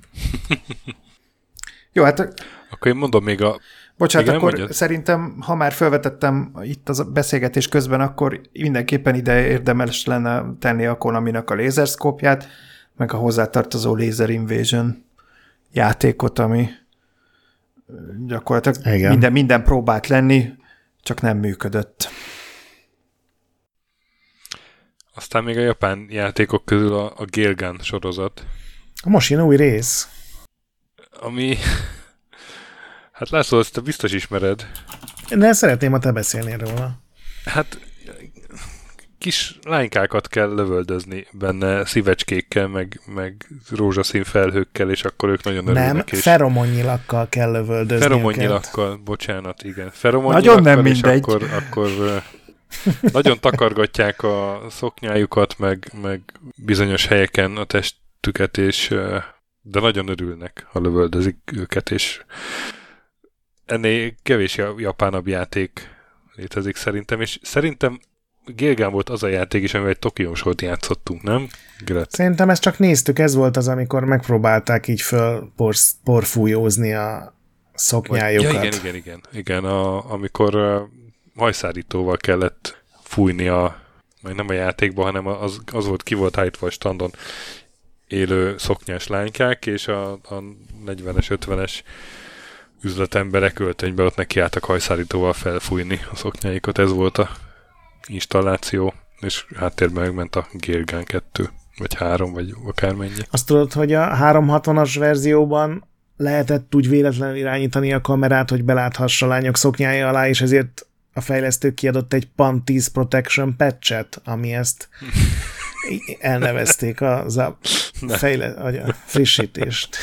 Speaker 3: Jó, hát...
Speaker 1: Akkor én mondom még a...
Speaker 3: Bocsánat, igen, akkor mondjad? Szerintem, ha már felvetettem itt a beszélgetés közben, akkor mindenképpen ide érdemes lenne tenni a Konaminak a lézerszkópját, meg a hozzátartozó Laser Invasion játékot, ami gyakorlatilag minden, minden próbált lenni, csak nem működött.
Speaker 1: Aztán még a japán játékok közül a, a Gale Gun sorozat.
Speaker 2: Most jön új rész.
Speaker 1: Ami... Hát László, ezt te biztos ismered.
Speaker 2: De szeretném, ha te beszélnél róla.
Speaker 1: Hát kis lánykákat kell lövöldözni benne szívecskékkel, meg, meg rózsaszín felhőkkel, és akkor ők nagyon örülnek.
Speaker 2: Nem, feromonyilakkal kell lövöldözni.
Speaker 1: Feromonyilakkal, bocsánat, igen. Feromonyilakkal,
Speaker 3: nagyon nem
Speaker 1: és
Speaker 3: mindegy.
Speaker 1: akkor, akkor nagyon takargatják a szoknyájukat, meg, meg bizonyos helyeken a testüket, és, de nagyon örülnek, ha lövöldözik őket, és ennél kevés japánabb játék létezik szerintem, és szerintem Gilgán volt az a játék is, amivel egy Tokiósot játszottunk, nem? Gret?
Speaker 2: Szerintem ezt csak néztük, ez volt az, amikor megpróbálták így föl por, porfújózni a szoknyájukat.
Speaker 1: Ja, igen, igen, igen. igen a, amikor uh, hajszárítóval kellett fújni a, majd nem a játékban, hanem az, az volt, ki volt állítva a standon élő szoknyás lánykák, és a, a negyvenes, ötvenes üzletemberek öltönybe ott nekiálltak hajszárítóval felfújni a szoknyáikat. Ez volt a installáció, és háttérben megment a Gilgán kettő, vagy három, vagy akármennyi.
Speaker 2: Azt tudod, hogy a háromszázhatvanas verzióban lehetett úgy véletlenül irányítani a kamerát, hogy beláthassa a lányok szoknyája alá, és ezért a fejlesztők kiadott egy Pan tíz Protection patchet, ami ezt elnevezték az a, fejle- a frissítést.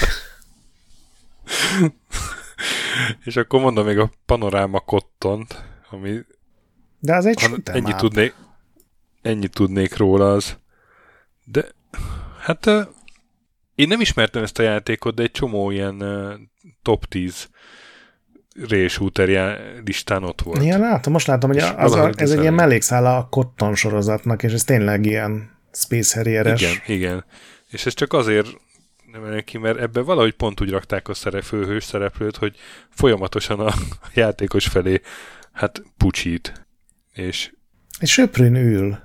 Speaker 1: És akkor mondom még a Panorama Cottont, ami
Speaker 2: de az egy
Speaker 1: ennyi tudnék, ennyi tudnék róla az. De hát uh, én nem ismertem ezt a játékot, de egy csomó ilyen uh, top tíz rail shooter listán ott volt.
Speaker 2: Ja, látom, most látom, hogy az a, ez egy ilyen mellékszál a Cotton sorozatnak, és ez tényleg ilyen Space Harrier-es.
Speaker 1: Igen, igen. És ez csak azért nem emelem ki, mert ebben valahogy pont úgy rakták a szerep, főhős szereplőt, hogy folyamatosan a játékos felé hát pucsít. És
Speaker 2: egy söprűn ül.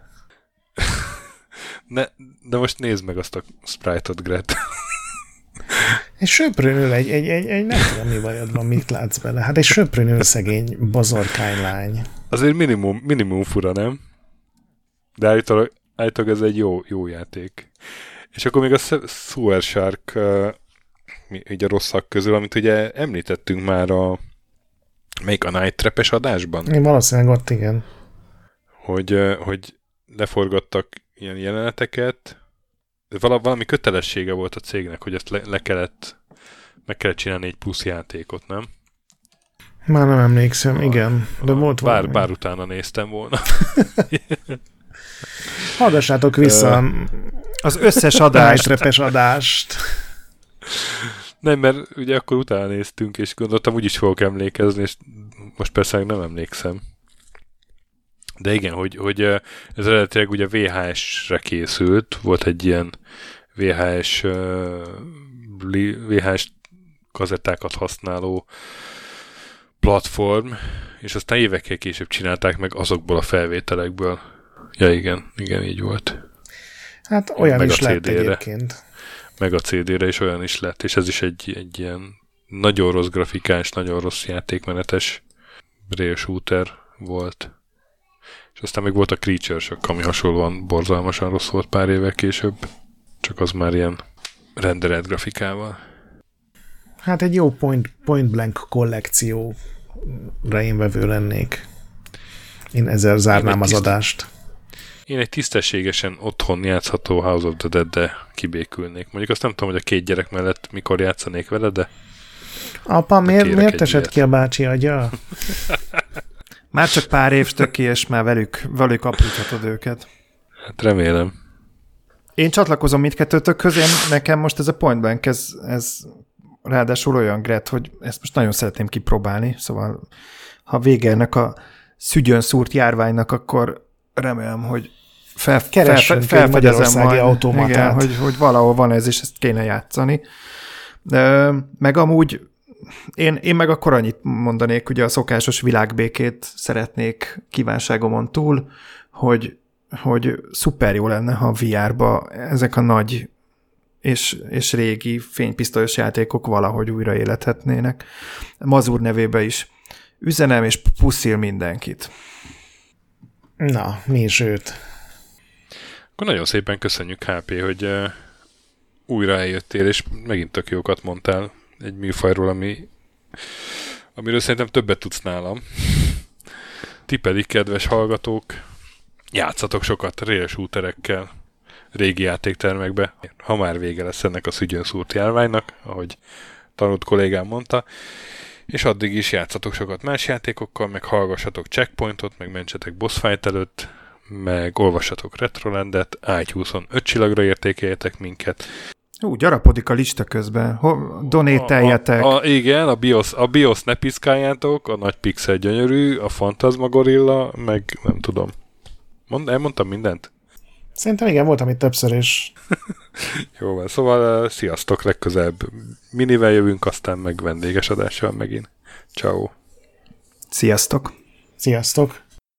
Speaker 1: ne, de most nézd meg azt a sprite-ot, Gret.
Speaker 2: Egy söprűn ül, egy, egy, egy, egy nem tudom, mi bajod van, mit látsz bele. Hát egy söprűn ül szegény bozorkánylány.
Speaker 1: Azért minimum, minimum fura, nem? De állítólag, állítólag ez egy jó, jó játék. És akkor még a Sewer Shark uh, így a rosszak közül, amit ugye említettünk már a melyik a Night Trap-es adásban?
Speaker 2: Én valószínűleg ott, igen.
Speaker 1: Hogy, uh, hogy leforgattak ilyen jeleneteket. Val- valami kötelessége volt a cégnek, hogy ezt le, le kellett meg kellett csinálni egy plusz játékot, nem?
Speaker 2: Már nem emlékszem, a, igen. De a, volt
Speaker 1: bár, bár utána néztem volna.
Speaker 2: Hallgassátok vissza
Speaker 3: az összes adást.
Speaker 2: Night adást.
Speaker 1: Nem, mert ugye akkor utána néztünk, és gondoltam, úgyis fogok emlékezni, és most persze nem emlékszem. De igen, hogy, hogy ez eredetileg ugye vé há es-re készült, volt egy ilyen vé há es vé há es kazettákat használó platform, és aztán évekkel később csinálták meg azokból a felvételekből. Ja igen, igen, így volt.
Speaker 2: Hát olyan
Speaker 1: meg
Speaker 2: is
Speaker 1: a
Speaker 2: lett
Speaker 1: cé dére,
Speaker 2: egyébként.
Speaker 1: Meg a cé dére is olyan is lett, és ez is egy, egy ilyen nagyon rossz grafikás, nagyon rossz játékmenetes rail shooter volt. És aztán még volt a Creature Shock, ami hasonlóan borzalmasan rossz volt pár évvel később, csak az már ilyen renderelt grafikával.
Speaker 2: Hát egy jó point, point blank kollekcióra én vevő lennék. Én ezzel zárnám az tiszt... adást.
Speaker 1: Én egy tisztességesen otthon játszható House of the Dead-de kibékülnék. Mondjuk azt nem tudom, hogy a két gyerek mellett mikor játszanék vele, de...
Speaker 2: Apa, miért, miért esett ki a bácsi agya?
Speaker 3: Már csak pár év töké, és már velük, velük apríthatod őket.
Speaker 1: Hát remélem.
Speaker 3: Én csatlakozom mindkettőtökhöz, én nekem most ez a Point Blank, ez, ez ráadásul olyan Gret, hogy ezt most nagyon szeretném kipróbálni, szóval ha vége ennek a szügyön szúrt járványnak, akkor remélem, hogy fel, fel, fel, felfedezem majd, igen, hogy, hogy valahol van ez, és ezt kéne játszani. De, meg amúgy én, én meg akkor annyit mondanék, ugye a szokásos világbékét szeretnék kívánságomon túl, hogy, hogy szuper jó lenne, ha vé er-ba ezek a nagy és, és régi fénypisztolyos játékok valahogy újra élethetnének. Mazur nevébe is üzenem, és puszil mindenkit.
Speaker 2: Na, mi is őt.
Speaker 1: Akkor nagyon szépen köszönjük, há pé, hogy uh, újra eljöttél, és megint tök jókat mondtál egy műfajról, ami, amiről szerintem többet tudsz nálam. Ti pedig, kedves hallgatók, játszatok sokat rail shooterekkel régi játéktermekbe, ha már vége lesz ennek a szügyön szúrt járványnak, ahogy tanult kollégám mondta, és addig is játszatok sokat más játékokkal, meg hallgassatok checkpointot, meg mentsetek boss fight előtt, meg olvassatok Retrolandet, iTunes-on öt csillagra értékeljetek minket.
Speaker 3: Ú, gyarapodik a lista közben. Donételjetek.
Speaker 1: A, a, a, igen, a BIOS, a BIOS ne piszkáljátok, a nagy pixel gyönyörű, a Fantasmagorilla, meg nem tudom. Mond, elmondtam mindent?
Speaker 2: Szerintem igen, voltam itt többször is.
Speaker 1: Jó van, szóval uh, sziasztok, legközelebb minivel jövünk, aztán meg vendéges adással megint. Ciao.
Speaker 3: Sziasztok.
Speaker 2: Sziasztok.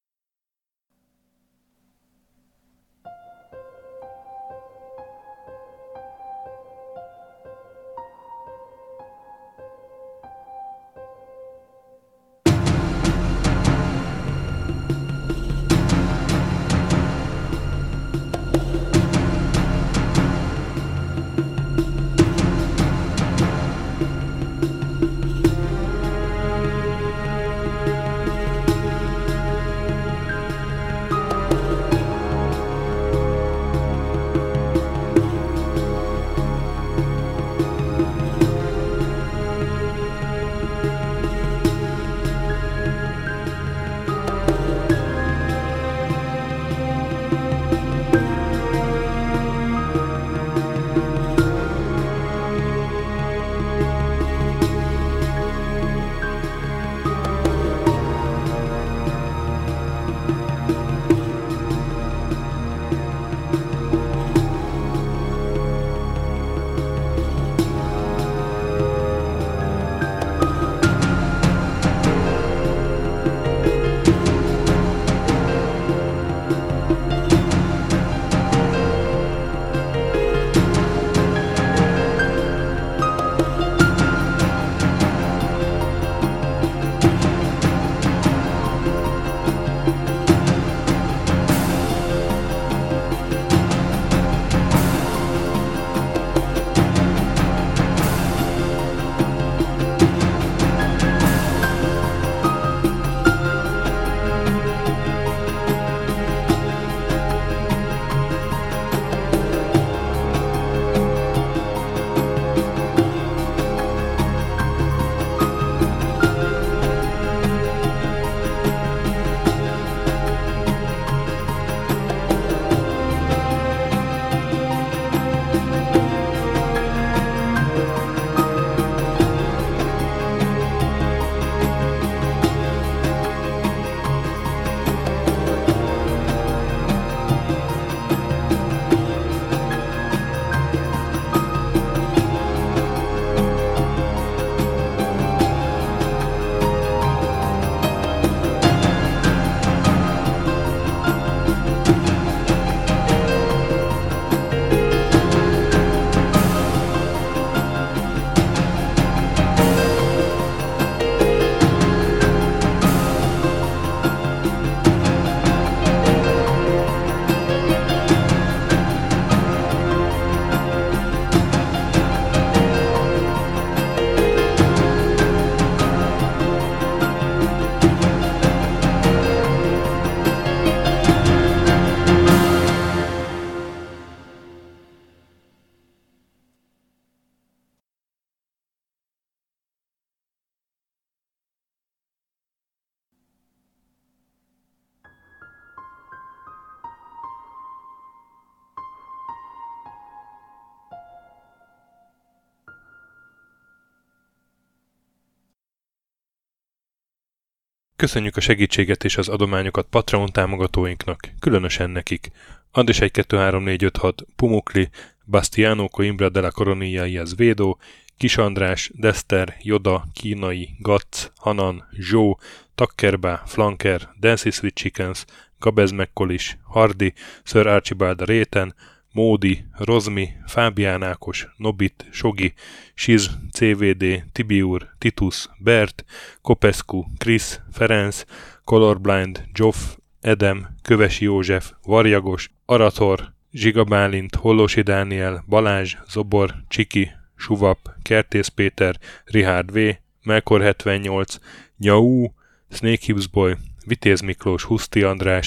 Speaker 1: Köszönjük a segítséget és az adományokat Patreon támogatóinknak, különösen nekik. Andis egy kettő három négy öt hat, Pumukli, Bastiano Coimbra de la Coronilla y Azvedo, Kis András, Dester, Joda, Kínai, Gatz, Hanan, Zsó, Takkerbá, Flanker, Dancy Sweet Chickens, Gabez Mekkolis, Hardi, Sir Archibald a Réten, Módi, Rozmi, Fábián Ákos, Nobit, Sogi, Siz, cé vé dé, Tibiur, Titus, Bert, Kopescu, Krisz, Ferenc, Colorblind, Zsoff, Edem, Kövesi József, Varjagos, Arator, Zsiga Bálint, Hollósi Dániel, Balázs, Zobor, Csiki, Suvap, Kertész Péter, Richard V, Melkor hetvennyolc, Nyau, Snake Hips Boy, Vitéz Miklós, Huszti András,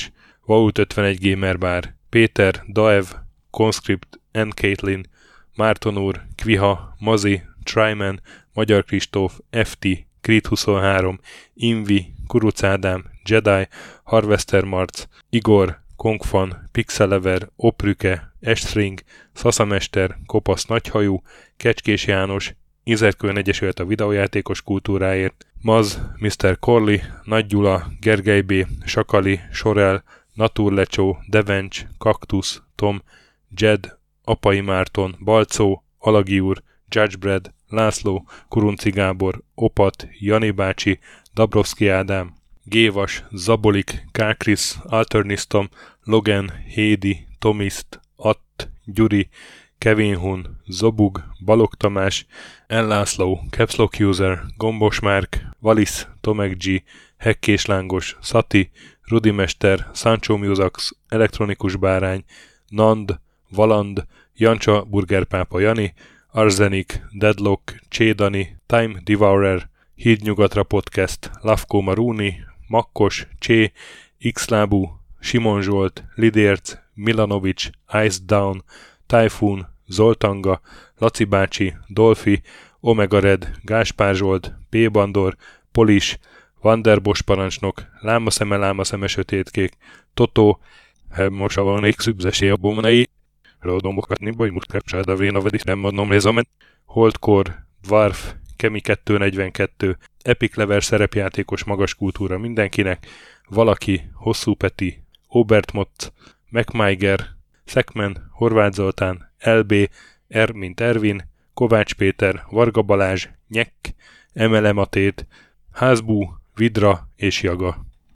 Speaker 1: Vault ötvenegy Gamer Bar, Péter, Daev, Conscript, N. Caitlin, Márton úr, Kviha, Mazi, Tryman, Magyar Kristóf, ef té, Creed huszonhárom, Invi, Kuruc Ádám, Jedi, Harvester Marc, Igor, Kongfan, Pixelever, Oprüke, Estring, Szaszamester, Kopasz Nagyhajú, Kecskés János, Inzerkőn Egyesület a videójátékos kultúráért, Maz, miszter Corley, Nagy Gyula, Gergely B., Sakali, Sorel, Naturlecsó, Devencs, Kaktusz, Tom, Jed, Apai Márton, Balcó, Alagi úr, Judgebred, László, Kurunci Gábor, Opat, Jani bácsi, Dabrowski Ádám, Gévas, Zabolik, Kákris, Alternisztom, Logan, Hédi, Tomiszt, Att, Gyuri, Kevin Hun, Zobug, Balog Tamás, Ellászló, Capslock User, Gombos Márk, Valisz, Tomek G, Hekkés Lángos, Szati, Rudimester, Sancho Musax, Elektronikus Bárány, Nand, Valand, Jancsa, Burgerpápa Jani, Arzenik, Deadlock, Csédani, Time Devourer, Hídnyugatra Podcast, Lavko Maruni, Makkos, Csé, Xlábú, Simon Zsolt, Lidérc, Milanovic, Ice Down, Typhoon, Zoltanga, Laci bácsi, Dolfi, Omega Red, Gáspár Zsolt, P. Bandor, Polis, Vanderbos parancsnok, Lámaszeme, Lámaszeme sötétkék, Totó, Mosa van egy szübzesé a bomnai, Rodomokat nibai, mutkapcsáda véna vedis, nem mondom lézamen, Holdcore, Dwarf, Kemi kettőnegyvenkettő, Epic Lever szerepjátékos magas kultúra mindenkinek, Valaki, Hosszú Peti, Obert Motz, MacMiger, Szekmen, Horváth Zoltán, el bé, R mint Ervin, Kovács Péter, Varga Balázs, Nyek, Emele Matét, Házbú, Vidra és Jaga.